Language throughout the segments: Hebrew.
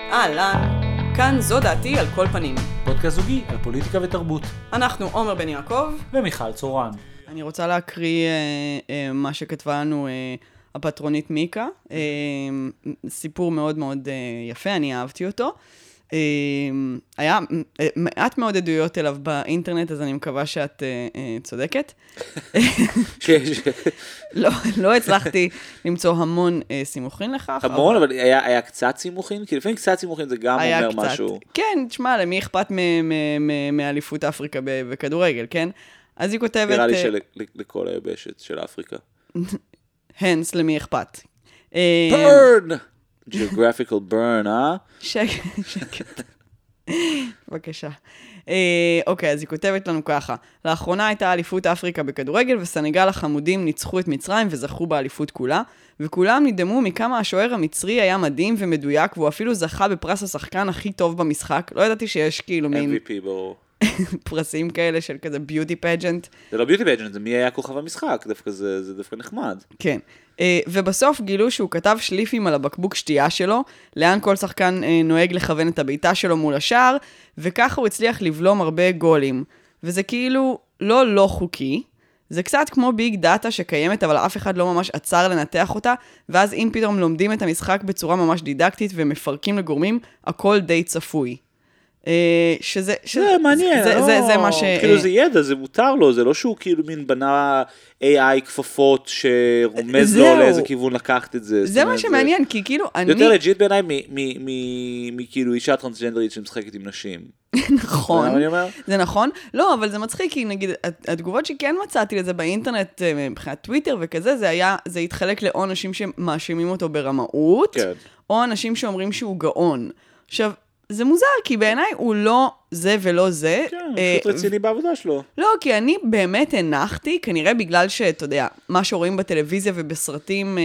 אהלן, כאן זו דעתי על כל פנים. פודקאסט זוגי על פוליטיקה ותרבות. אנחנו עומר בן יעקב. ומיכל צורן. אני רוצה להקריא מה שכתבה לנו הפטרונית מיקה. סיפור מאוד מאוד יפה, אני אהבתי אותו. היה מעט מאוד עדויות אליו באינטרנט, אז אני מקווה שאת צודקת. לא הצלחתי למצוא המון סימוכין לכך. המון, אבל היה קצת סימוכין? כי לפעמים קצת סימוכין זה גם אומר משהו. כן, תשמע, למי אכפת מאליפות אפריקה בכדורגל, כן? אז היא כותבת... נראה לי שלכל היבשת של אפריקה. הנס, למי אכפת. burn! geographical burn, שקט. בבקשה. אוקיי, אז היא כותבת לנו ככה. לאחרונה הייתה אליפות אפריקה בכדורגל, וסנגל החמודים ניצחו את מצרים וזכו באליפות כולה, וכולם נדמו מכמה השוער המצרי היה מדהים ומדויק, והוא אפילו זכה בפרס השחקן הכי טוב במשחק. לא ידעתי שיש כאילו מין... MVP ברור. פרסים כאלה של כזה ביוטי פג'נט. זה לא ביוטי פג'נט, זה מי היה כוכב המשחק, דווקא זה דווקא נחמד. כן. ובסוף גילו שהוא כתב שליפים על הבקבוק שתייה שלו, לאן כל שחקן נוהג לכוון את הביתה שלו מול השאר, וככה הוא הצליח לבלום הרבה גולים. וזה כאילו לא חוקי, זה קצת כמו ביג דאטה שקיימת, אבל אף אחד לא ממש עצר לנתח אותה, ואז אם פתאום לומדים את המשחק בצורה ממש דידקטית ומפרקים לגורמים, הכל די צפוי. שזה מעניין, זה מה ש... כאילו זה ידע, זה מותר לו, זה לא שהוא כאילו מין בנה AI כפפות שרומז לו לאיזה כיוון לקחת את זה. זה מה שמעניין, כי כאילו אני... יותר לג'יט בעיניי מכאילו אישה טרנסג'נדרית שמשחקת עם נשים. נכון, זה נכון. לא, אבל זה מצחיק, כי נגיד, התגובות שכן מצאתי לזה באינטרנט, מבחינת טוויטר וכזה, זה התחלק לאו אנשים שמאשימים אותו ברמאות, או אנשים שאומרים שהוא גאון. עכשיו, זה מוזר, כי בעיניי הוא לא זה ולא זה. כן, הוא פשוט רציני בעבודה שלו. לא, כי אני באמת הנחתי, כנראה בגלל שאתה יודע, מה שרואים בטלוויזיה ובסרטים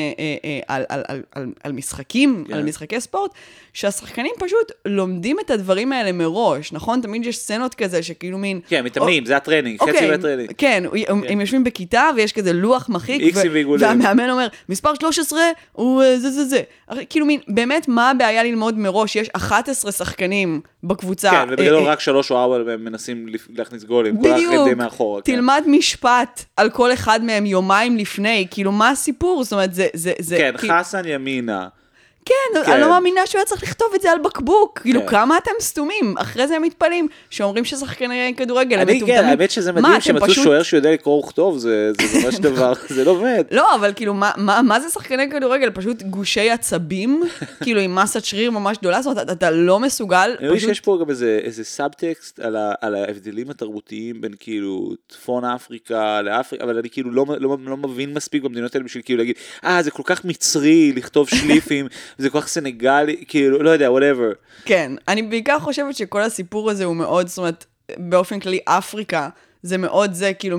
על משחקים, על משחקי ספורט, שהשחקנים פשוט לומדים את הדברים האלה מראש, נכון? תמיד יש סצנות כזה שכאילו מין... כן, מתאמנים, זה הטרנינג, חצי מהטרנינג. כן, הם יושבים בכיתה ויש כזה לוח מחיק, והמאמן אומר, מספר 13 הוא זה. כאילו מין, באמת מה הבעיה ללמוד מראש? יש 11 שחקנים בקבוצה. כן, ובגלל רק 3 או 4 הם מנסים להכניס גולים. בדיוק, תלמד משפט על כל אחד מהם יומיים לפני, כאילו מה הסיפור? זאת אומרת, זה... כן, חסן ימינה. כן, אני לא מאמינה שהוא היה צריך לכתוב את זה על בקבוק. כאילו, כמה אתם סתומים? אחרי זה הם מתפלים, שאומרים ששחקני כדורגל, הם מטומטמים. כן, האמת שזה מדהים שמצאו שוער שיודע לקרוא וכתוב, זה ממש דבר, זה לא עובד. לא, אבל כאילו, מה זה שחקני כדורגל? פשוט גושי עצבים, כאילו, עם מסת שריר ממש גדולה, זאת אומרת, אתה לא מסוגל. אני חושב שיש פה גם איזה סאבטקסט על ההבדלים התרבותיים בין כאילו צפון אפריקה לאפריקה, אבל אני כאילו לא מבין מספיק במדינות האלה בשביל כאילו להגיד, זה כל כך מצרי לכתוב שליפים, זה כל כך סנגלי, כאילו, לא יודע, whatever. כן, אני בעיקר חושבת שכל הסיפור הזה הוא מאוד, זאת אומרת, באופן כללי, אפריקה, זה מאוד זה, כאילו,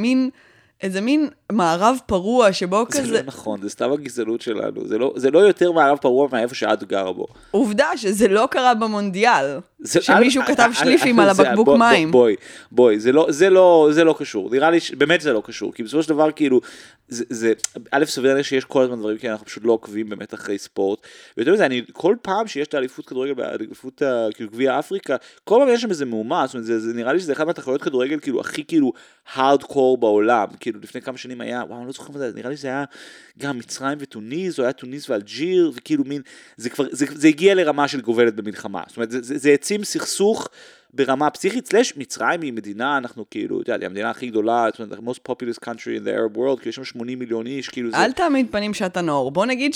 איזה מין מערב פרוע שבו כזה... זה לא נכון, זה סתם הגזענות שלנו, זה לא יותר מערב פרוע מאיפה שאת גרה בו. עובדה שזה לא קרה במונדיאל, שמישהו כתב שליפים על הבקבוק מים. בואי, זה לא קשור, נראה לי, באמת זה לא קשור, כי בסופו של דבר, כאילו, א' סביר לי שיש כל הזמן דברים, כי אנחנו פשוט לא עוקבים באמת אחרי ספורט, ויותר מזה, כל פעם שיש את האליפות כדורגל, האליפות גביע אפריקה, כל פעם יש שם איזה מהומה, זאת אומרת, נראה לי שזה אחד מהתחרויות כדורגל, כאילו, הכי כאילו, הארדקור בעולם, כאילו, לפני כמה שנים היה, וואו, אני לא זוכר מה זה, נראה לי זה היה גם מצרים וטוניס, או היה טוניס ואלג'יר, וכאילו מין, זה הגיע לרמה של גובלת במלחמה, זאת אומרת, זה העצים סכסוך ברמה פסיכית, מצרים היא מדינה, אנחנו כאילו, אתה יודע, המדינה הכי גדולה, זאת אומרת, the most populous country in the Arab world, כאילו יש שם 80 מיליון איש, כאילו זה... אל תעמיד פנים שאתה נאור, בוא נגיד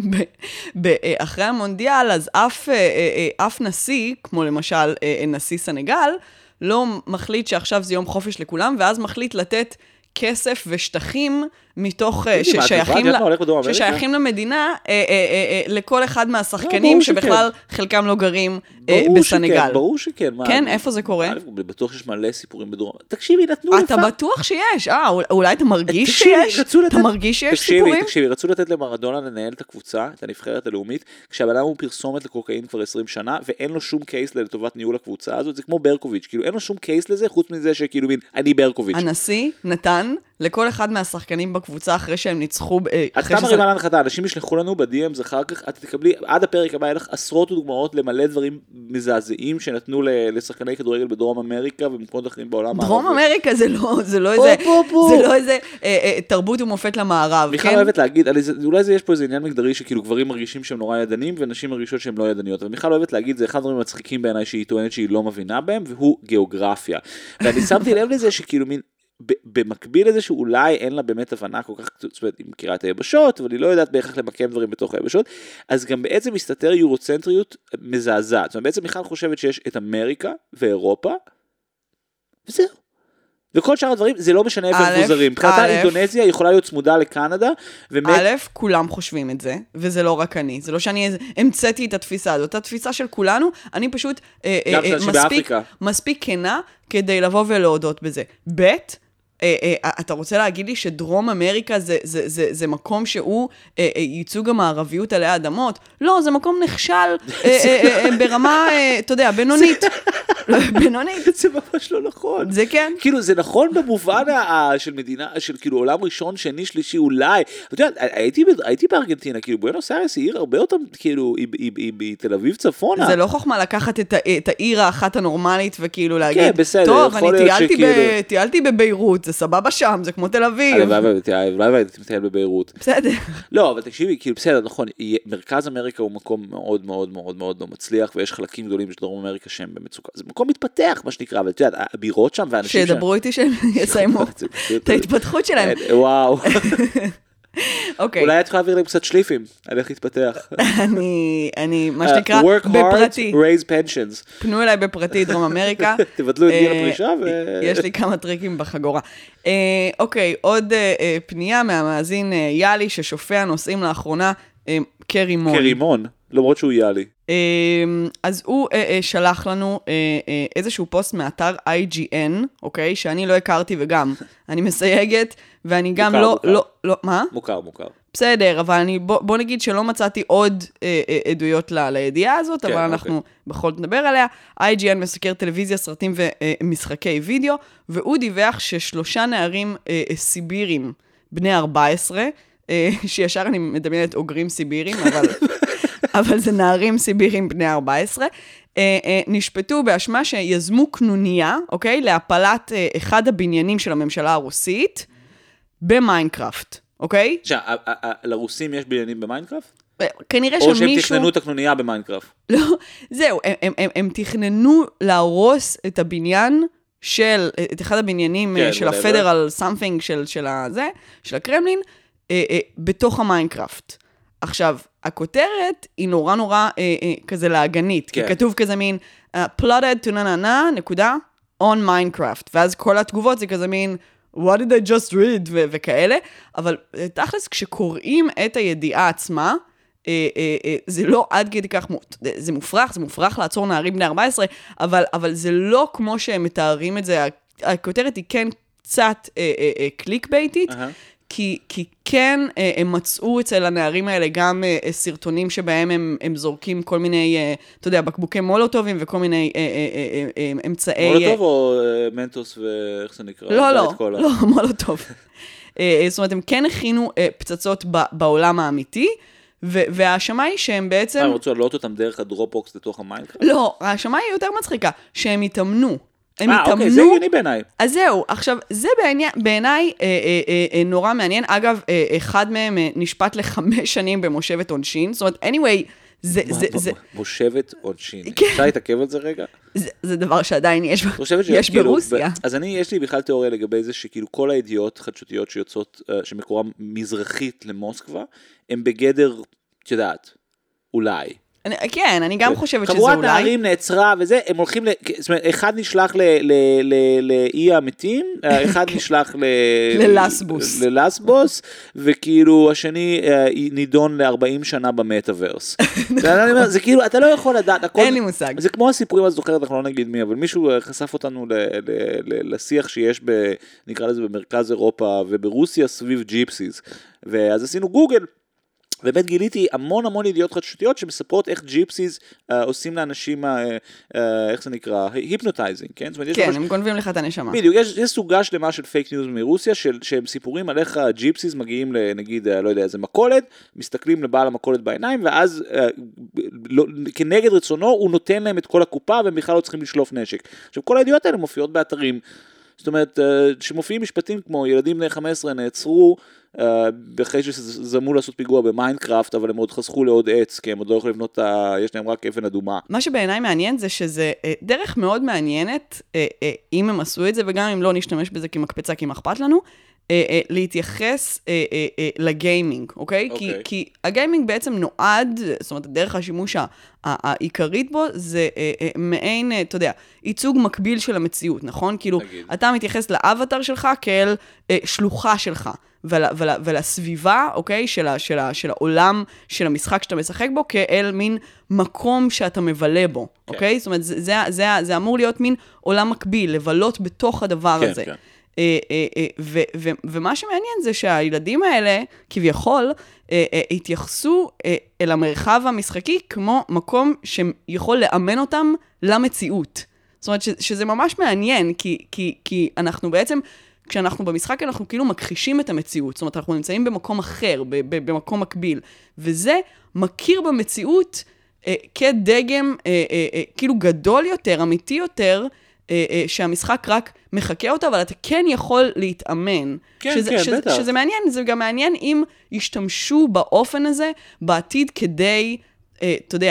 שאחרי המונדיאל, אז אף נשיא, כמו למשל נשיא סנגל, לא מחליט שעכשיו זה יום חופש לכולם, ואז מחליט לתת כסף ושטחים מתוך ששייכים למדינה לכל אחד מהשחקנים שבכלל חלקם לא גרים בסנגל. ברור שכן. כן, איפה זה קורה? בטוח שיש מלא סיפורים בדרום. תקשיבי, נתנו לך. אתה בטוח שיש. אולי אתה מרגיש שיש? אתה מרגיש שיש סיפורים? תקשיבי, רצו לתת למרדונה לנהל את הקבוצה, את הנבחרת הלאומית, כשהבן אדם הוא פרסומת לקוקאין כבר 20 שנה, ואין לו שום קייס לטובת ניהול הקבוצה הזאת, זה כמו ברקוביץ', כאילו אין לו שום קייס לזה, חוץ מזה שכאילו אני ברקוביץ'. הנשיא נתן לכל אחד מהשחקנים בקבוצה אחרי שהם ניצחו... אתה מרימה להנחתה, אנשים ישלחו לנו ב-DMs אחר כך, אתה תקבלי, עד הפרק הבא, יהיה לך עשרות דוגמאות למלא דברים מזעזעים שנתנו לשחקני כדורגל בדרום אמריקה ובמקומות אחרים בעולם הערבי. דרום אמריקה זה לא איזה תרבות ומופת למערב. מיכל אוהבת להגיד, אולי יש פה איזה עניין מגדרי שכאילו גברים מרגישים שהם נורא ידנים ונשים מרגישות שהם לא ידניות, ומיכל אוהבת להגיד, זה אחד הדברים המצחיקים בעיניי שהיא טוענת שהיא לא מבינה בהם, והוא גיאוגרפיה. ואני שמתי לב לזה שכאילו מין במקביל לזה שאולי אין לה באמת הבנה כל כך, זאת אומרת, היא מכירה את היבשות, אבל היא לא יודעת בהכרח למקם דברים בתוך היבשות, אז גם בעצם מסתתר יורוצנטריות מזעזעת. זאת אומרת, בעצם מיכל חושבת שיש את אמריקה ואירופה, וזהו. וכל שאר הדברים, זה לא משנה איפה הם מוזרים. מבחינתה אינדונזיה יכולה להיות צמודה לקנדה, א', כולם חושבים את זה, וזה לא רק אני. זה לא שאני המצאתי את התפיסה הזאת, התפיסה של כולנו, אני פשוט מספיק כנה כדי לבוא ולהודות בזה. ב', אתה רוצה להגיד לי שדרום אמריקה זה מקום שהוא ייצוג המערביות עלי האדמות? לא, זה מקום נכשל ברמה, אתה יודע, בינונית. בינונית. זה ממש לא נכון. זה כן. כאילו, זה נכון במובן של מדינה, של כאילו עולם ראשון, שני, שלישי, אולי. אתה יודע, הייתי בארגנטינה, כאילו, בואנוס איירס היא עיר הרבה יותר, כאילו, היא תל אביב צפונה. זה לא חוכמה לקחת את העיר האחת הנורמלית, וכאילו להגיד, כן, בסדר, טוב, אני טיילתי בביירות, זה סבבה שם, זה כמו תל אביב. אולי הייתי מטייל בביירות. בסדר. לא, אבל תקשיבי, כאילו, בסדר, נכון, מרכז אמריקה הוא מקום מאוד מאוד מאוד מאוד לא מצליח, ויש חלקים גדולים של דרום אמריקה שהם במצוקה. זה מקום מתפתח, מה שנקרא, אבל את יודעת, הבירות שם ואנשים שם... שידברו איתי שהם יסיימו את ההתפתחות שלהם. וואו. אוקיי. אולי את יכולה להעביר להם קצת שליפים, על איך להתפתח. אני, מה שנקרא, בפרטי. work hard, raise pensions. פנו אליי בפרטי, דרום אמריקה. תבטלו את גיל הפרישה ו... יש לי כמה טריקים בחגורה. אוקיי, עוד פנייה מהמאזין יאלי, ששופע נושאים לאחרונה, קרימון. קרימון, למרות שהוא יאלי. אז הוא שלח לנו איזשהו פוסט מאתר IGN, אוקיי, שאני לא הכרתי וגם אני מסייגת, ואני גם לא, מה? מוכר. בסדר, אבל בוא נגיד שלא מצאתי עוד עדויות לידיעה הזאת, אבל אנחנו בכל זאת נדבר עליה. IGN מסקר טלוויזיה, סרטים ומשחקי וידאו, והוא דיווח ש3 נערים סיבירים, בני 14, שישר אני מדמיינת אוגרים סיבירים, אבל זה נערים סיבירים בני 14, נשפטו באשמה שיזמו קנוניה, אוקיי? להפלת אחד הבניינים של הממשלה הרוסית במיינקראפט, אוקיי? לרוסים יש בניינים במיינקראפט? כנראה שמישהו... או שהם תכננו את הקנוניה במיינקראפט? לא, זהו, הם תכננו להרוס את הבניין של, את אחד הבניינים של הפדרל סמפינג של הקרמלין, בתוך המיינקראפט. עכשיו, הכותרת היא נורא כזה להגנית, כי כתוב כזה מין, plotted to נקודה, on Minecraft, ואז כל התגובות זה כזה מין, what did I just read, וכאלה, אבל תכלס, כשקוראים את הידיעה עצמה, זה לא עד כדי כך, זה מופרך לעצור נערים בני 14, אבל זה לא כמו שהם מתארים את זה, הכותרת היא כן קצת קליק בייטית, כי כן, הם מצאו אצל הנערים האלה גם סרטונים שבהם הם זורקים כל מיני, אתה יודע, בקבוקי מולוטובים וכל מיני אמצעי... מולוטוב או מנטוס ואיך זה נקרא? לא, מולוטוב. זאת אומרת, הם כן הכינו פצצות בעולם האמיתי, וההאשמה היא שהם בעצם... הם רוצים לעלות אותם דרך הדרופבוקס לתוך המיינקראפט? לא, ההאשמה היא יותר מצחיקה, שהם התאמנו. אוקיי, זה הגיוני בעיניי. אז זהו, עכשיו, זה בעיניי נורא מעניין. אגב, אחד מהם נשפט ל5 שנים במושבת עונשין. זאת אומרת, anyway, זה... מושבת עונשין. אפשר להתעכב על זה רגע? זה דבר שעדיין יש ברוסיה. אז יש לי בכלל תיאוריה לגבי זה שכאילו כל הידיעות חדשותיות שיוצאות, שמקורם מזרחית למוסקבה, הם בגדר, את יודעת, אולי. כן, אני גם חושבת שזה חבורת אולי. נערים נעצרה וזה, הם הולכים, זאת אומרת, אחד נשלח לאי המתים, אחד נשלח ללסבוס, וכאילו השני נידון ל40 שנה במטאברס. זה כאילו, אתה לא יכול לדעת, אין לי מושג. זה כמו הסיפורים, אז זוכרת, אנחנו לא נגיד מי, אבל מישהו חשף אותנו לשיח שיש, נקרא לזה במרכז אירופה וברוסיה סביב ג'יפסיס, ואז עשינו גוגל, באמת גיליתי המון ידיעות חדשותיות שמספרות איך ג'יפסיז עושים לאנשים, איך זה נקרא, היפנוטייזינג, כן? כן, הם גונבים לך את הנשמה. בדיוק, יש סוגה שלמה של פייק ניוז מרוסיה, שהם סיפורים על איך הג'יפסיז מגיעים לנגיד, לא יודע, איזה מכולת, מסתכלים לבעל המכולת בעיניים, ואז כנגד רצונו הוא נותן להם את כל הקופה, והם בכלל לא צריכים לשלוף נשק. עכשיו, כל הידיעות האלה מופיעות באתרים, זאת אומרת, שמופיעים משפטים כמו ילדים בני 15 נעצרו, אחרי שזמו לעשות פיגוע במיינקראפט, אבל הם עוד חסכו לעוד עץ, כי הם עוד לא יכולים לבנות, יש להם רק אבן אדומה. מה שבעיניי מעניין זה שזה דרך מאוד מעניינת, אם הם עשו את זה, וגם אם לא נשתמש בזה כמקפצה, כי מה אכפת לנו, להתייחס לגיימינג, אוקיי? כי הגיימינג בעצם נועד, זאת אומרת, דרך השימוש העיקרית בו, זה מעין, אתה יודע, ייצוג מקביל של המציאות, נכון? כאילו, אתה מתייחס לאבטר שלך כאל שלוחה שלך. ולסביבה, אוקיי, של העולם, של המשחק שאתה משחק בו, כאל מין מקום שאתה מבלה בו, אוקיי? זאת אומרת, זה אמור להיות מין עולם מקביל, לבלות בתוך הדבר הזה. ומה שמעניין זה שהילדים האלה, כביכול, התייחסו אל המרחב המשחקי כמו מקום שיכול לאמן אותם למציאות. זאת אומרת, שזה ממש מעניין, כי אנחנו בעצם... כשאנחנו במשחק, אנחנו כאילו מכחישים את המציאות. זאת אומרת, אנחנו נמצאים במקום אחר, במקום מקביל. וזה מכיר במציאות כדגם כאילו גדול יותר, אמיתי יותר, שהמשחק רק מחכה אותו, אבל אתה כן יכול להתאמן. כן, בטח. שזה מעניין, זה גם מעניין אם ישתמשו באופן הזה בעתיד כדי, אתה יודע,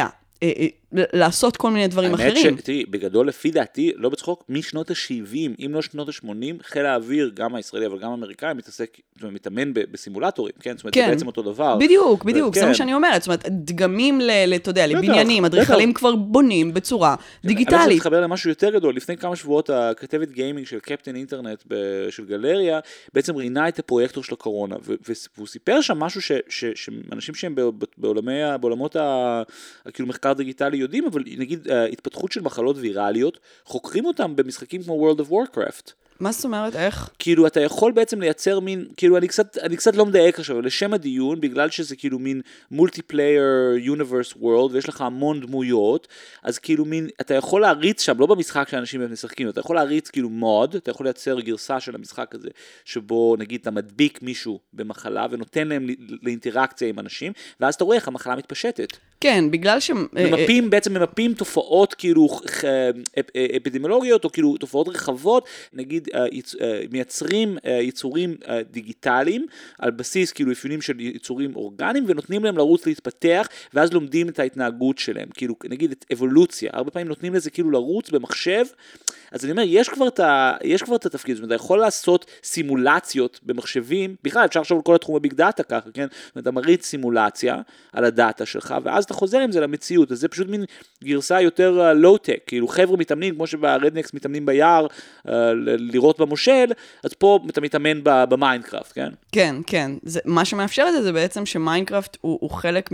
לעשות כל מיני דברים אחרים. האמת שתראי, בגדול לפי דעתי, לא בצחוק, משנות ה-70, אם לא שנות ה-80, חיל האוויר, גם הישראלי, אבל גם האמריקאי, מתאמן בסימולטורים, כן? זאת אומרת, זה בעצם אותו דבר. בדיוק, זה מה שאני אומרת. זאת אומרת, דגמים, אתה יודע, לבניינים, אדריכלים כבר בונים בצורה דיגיטלית. אני מתחבר למשהו יותר גדול. לפני כמה שבועות, הכתבת גיימינג של קפטן אינטרנט של גלריה, בעצם ראיינה את הפרויקטור של הקורונה, והוא סיפר שם משהו שאנשים שהם בעולמות כאילו מחקר דיגיטלי יודעים, אבל נגיד התפתחות של מחלות ויראליות, חוקרים אותם במשחקים כמו World of Warcraft. מה זאת אומרת? איך? כאילו אתה יכול בעצם לייצר מין, כאילו אני קצת לא מדייק עכשיו, לשם הדיון, בגלל שזה כאילו מין multiplayer universe world, ויש לך המון דמויות, אז כאילו מין, אתה יכול להריץ שם, לא במשחק שאנשים משחקים, אתה יכול להריץ כאילו מוד, אתה יכול לייצר גרסה של המשחק הזה, שבו נגיד אתה מדביק מישהו במחלה, ונותן להם לאינטראקציה עם אנשים, ואז אתה רואה איך המחלה מתפשטת. כן, בגלל ש... ממפים תופעות כאילו אפידמיולוגיות, או כאילו תופעות רחבות, נגיד מייצרים יצורים דיגיטליים, על בסיס כאילו אפיונים של יצורים אורגניים, ונותנים להם לרוץ להתפתח, ואז לומדים את ההתנהגות שלהם, כאילו נגיד את אבולוציה, הרבה פעמים נותנים לזה כאילו לרוץ במחשב, אז אני אומר, יש כבר את התפקיד, זאת אומרת, אתה יכול לעשות סימולציות במחשבים, בכלל אפשר לחשוב על כל התחום הביג דאטה ככה, כן? זאת אומרת, אתה מריץ סימולציה על הדאטה שלך, ואז אתה חוזר עם זה למציאות, אז זה פשוט מין גרסה יותר לואו-טק, כאילו חבר'ה מתאמנים, כמו שברדנקס מתאמנים ביער, לראות במושל, אז פה אתה מתאמן במיינקראפט, כן? כן, כן. מה שמאפשר את זה בעצם שמיינקראפט הוא חלק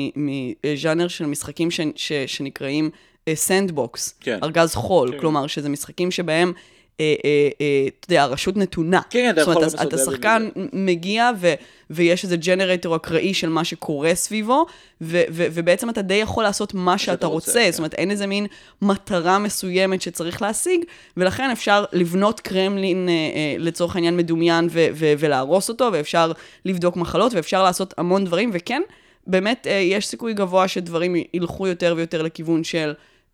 מז'אנר של משחקים שנקראים סנדבוקס, ארגז חול, כלומר שזה משחקים שבהם אתה יודע, הרשות נתונה. כן, זאת אומרת, אתה שחקן מגיע ויש איזה ג'נרטור אקראי של מה שקורה סביבו, ובעצם אתה די יכול לעשות מה שאתה רוצה. זאת אומרת, אין איזה מין מטרה מסוימת שצריך להשיג, ולכן אפשר לבנות קרמלין לצורך העניין מדומיין ולהרוס אותו, ואפשר לבדוק מחלות, ואפשר לעשות המון דברים, וכן, באמת יש סיכוי גבוה שדברים ילכו יותר ויותר לכיוון של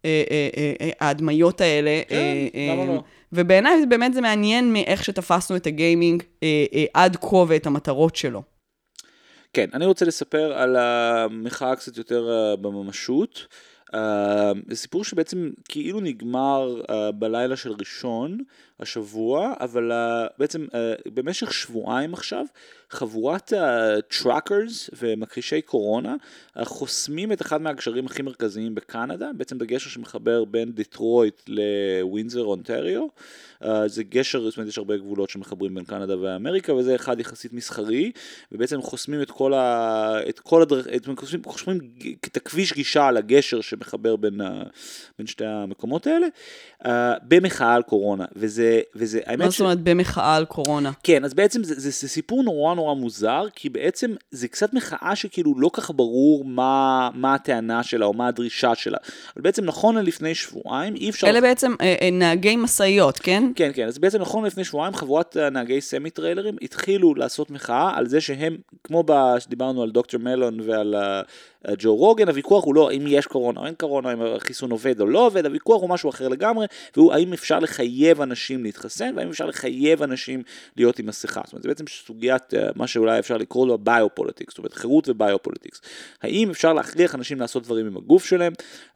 ההדמיות האלה. למה לא? ובעיניי באמת זה מעניין מאיך שתפסנו את הגיימינג עד כה ואת המטרות שלו. כן, אני רוצה לספר על המחאה קצת יותר בממשות. זה סיפור שבעצם כאילו נגמר בלילה של ראשון השבוע, אבל בעצם במשך שבועיים עכשיו, חבורת טראקרס ומכחישי קורונה חוסמים את אחד מהגשרים הכי מרכזיים בקנדה, בעצם זה גשר שמחבר בין דיטרויט לווינזר, אונטריו. זה גשר, זאת אומרת, יש הרבה גבולות שמחברים בין קנדה ואמריקה, וזה אחד יחסית מסחרי, ובעצם חוסמים את הכביש גישה על הגשר מחבר בין שתי המקומות האלה, במחאה על קורונה, וזה האמת מה זאת אומרת במחאה על קורונה? כן, אז בעצם זה סיפור נורא נורא מוזר, כי בעצם זה קצת מחאה שכאילו לא כך ברור מה הטענה שלה, או מה הדרישה שלה, אבל בעצם נכון לפני שבועיים, אי אפשר... אלה בעצם נהגי מסעיות, כן? כן, כן, אז בעצם נכון לפני שבועיים, חבורת נהגי סמי טריילרים התחילו לעשות מחאה על זה שהם, כמו שדיברנו על דוקטור מלון ועל ג'ו רוגן, הוויכוח הוא לא אם יש קורונה או אין קורונה, אם החיסון עובד או לא עובד, הוויכוח הוא משהו אחר לגמרי, והוא האם אפשר לחייב אנשים להתחסן, והאם אפשר לחייב אנשים להיות עם מסכה. זאת אומרת, זה בעצם סוגיית מה שאולי אפשר לקרוא לו ביופוליטיקס, זאת אומרת, חירות וביופוליטיקס. האם אפשר להכריח אנשים לעשות דברים עם הגוף שלהם,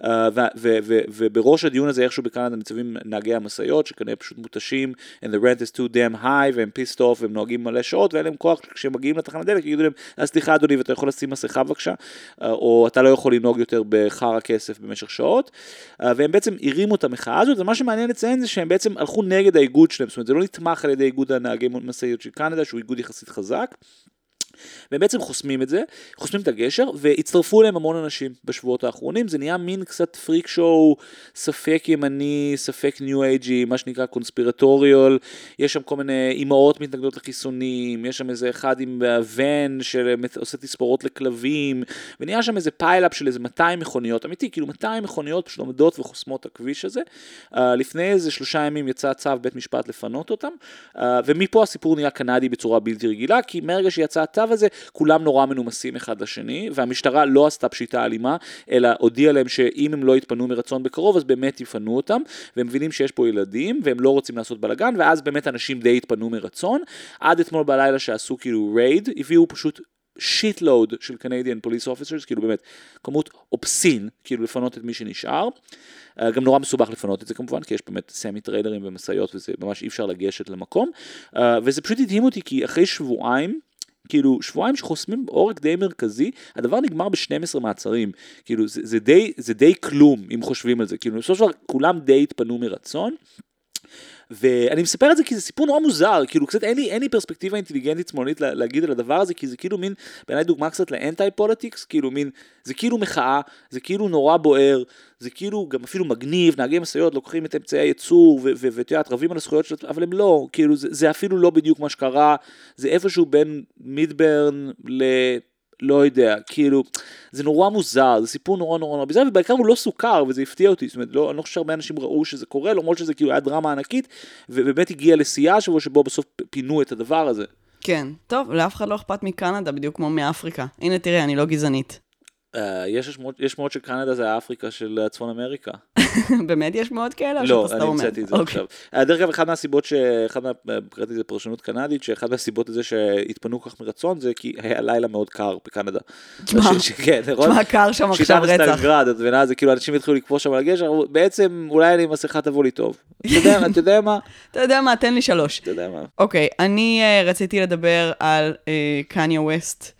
ובראש הדיון הזה איכשהו בקנדה ניצבים נהגי המשאיות, שכנראה פשוט מותשים, and the rent is too damn high, והם pissed off, והם נוהגים מלא שעות, ואין להם כוח כשהם מגיעים לתחנת דלק, יגידו להם, סליחה אדוני, ואתה יכול לשים מסכה בבקשה, או אתה לא יכול לנהוג יותר בחר הכסף במשך שעות, והם בעצם הרימו את המחאה הזאת, ומה שמעניין לציין זה שהם בעצם הלכו נגד האיגוד שלהם, זאת אומרת, זה לא נתמך על ידי איגוד הנהגי משאיות של קנדה, שהוא איגוד יחסית חזק, והם בעצם חוסמים את זה, חוסמים את הגשר, והצטרפו להם המון אנשים בשבועות האחרונים, זה נהיה מין קצת פריק שואו, ספק ימני, ספק ניו אייג'י, מה שנקרא קונספירטוריול, יש שם כל מיני אימהות מתנגדות לחיסונים, יש שם איזה אחד עם ון שעושה תספורות לכלבים, ונהיה שם איזה פייל-אפ של איזה 200 מכוניות, אמיתי, כאילו 200 מכוניות פשוט עומדות וחוסמות את הכביש הזה, לפני איזה 3 ימים יצא צו בית משפט לפנות אותם, ומפה הסיפור נהיה קנדי בצורה בלתי רגילה, כי מרגע שיצא הצו הזה, כולם נורא מנומסים אחד לשני, והמשטרה לא עשתה פשיטה אלימה, אלא הודיעה להם שאם הם לא יתפנו מרצון בקרוב, אז באמת יפנו אותם, והם מבינים שיש פה ילדים, והם לא רוצים לעשות בלגן, ואז באמת אנשים די יתפנו מרצון, עד אתמול בלילה שעשו כאילו רייד, הביאו פשוט שיטלוד של Canadian Police Officers, כאילו באמת כמות אופסין, כאילו לפנות את מי שנשאר, גם נורא מסובך לפנות את זה כמובן, כי יש באמת סמי טריילרים ומסעיות, וזה ממש אי אפשר לגשת למקום, וזה פשוט הדהים אותי, כי אחרי שבועיים, כאילו שבועיים שחוסמים עורק די מרכזי, הדבר נגמר ב-12 מעצרים, כאילו זה די כלום אם חושבים על זה, כאילו בסופו של דבר כולם די התפנו מרצון, ואני מספר את זה כי זה סיפור נורא מוזר, כאילו קצת אין לי פרספקטיבה אינטליגנטית שמאלית להגיד על הדבר הזה, כי זה כאילו מין, בעיניי דוגמה קצת לאנטי-פוליטיקס, כאילו מין, זה כאילו מחאה, זה כאילו נורא בוער, זה כאילו גם אפילו מגניב, נהגי משאיות לוקחים את אמצעי הייצור, ותיאת רבים על הזכויות שלו, אבל הם לא, כאילו זה אפילו לא בדיוק מה שקרה, זה איפשהו בין מידברן לא יודע, כאילו, זה נורא מוזר, זה סיפור נורא נורא ביזר, ובעיקר הוא לא סוכר, וזה הפתיע אותי, זאת אומרת, אני לא חושב שהרבה אנשים ראו שזה קורה, למרות שזה כאילו היה דרמה ענקית, ובאמת הגיע לשיאה שבו בסוף פינו את הדבר הזה. כן, טוב, לאף אחד לא אכפת מקנדה, בדיוק כמו מאפריקה. הנה תראה, אני לא גזענית. יש שמועות שקנדה זה האפריקה של צפון אמריקה. באמת יש מאוד כאלה? לא, אני המצאתי את זה עכשיו. דרך אגב, אחד מהסיבות קראתי לזה פרשנות קנדית, שאחד מהסיבות לזה שהתפנו כך מרצון, זה כי היה לילה מאוד קר בקנדה. תשמע, קר שם עכשיו רצח. שיטה סטלינגרד, את מבינה, זה כאילו אנשים התחילו לקפוש שם על הגשר, בעצם אולי אני עם מסכה תבוא לי טוב. אתה יודע מה? אתה יודע מה, תן לי 3. אתה יודע מה. אוקיי, אני רציתי לדבר על קניה ווסט,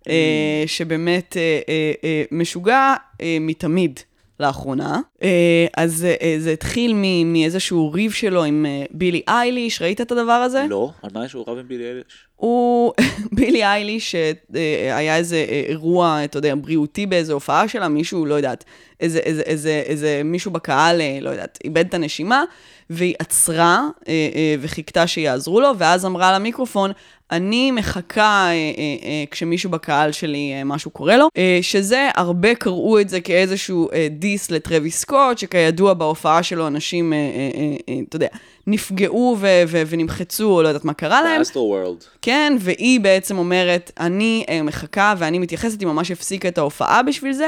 שבאמת משוגע מתמיד לאחרונה. אז זה התחיל מאיזשהו ריב שלו עם בילי אייליש, ראית את הדבר הזה? לא, על מה יש הוא רב עם בילי אייליש? בילי אייליש, היה איזה אירוע, אתה יודע, בריאותי באיזו הופעה שלה, מישהו, לא יודעת, איזה מישהו בקהל, לא יודעת, איבד את הנשימה, והיא עצרה וחיכתה שיעזרו לו, ואז אמרה למיקרופון, אני מחכה כשמישהו בקהל שלי משהו קורה לו, שזה הרבה קראו את זה כאיזשהו דיס לטרוויס סקוט, שכידוע בהופעה שלו אנשים, אתה יודע, נפגעו ונמחצו, או לא יודעת מה קרה להם. Astroworld. כן, והיא בעצם אומרת, אני מחכה ואני מתייחסת, היא ממש הפסיקה את ההופעה בשביל זה,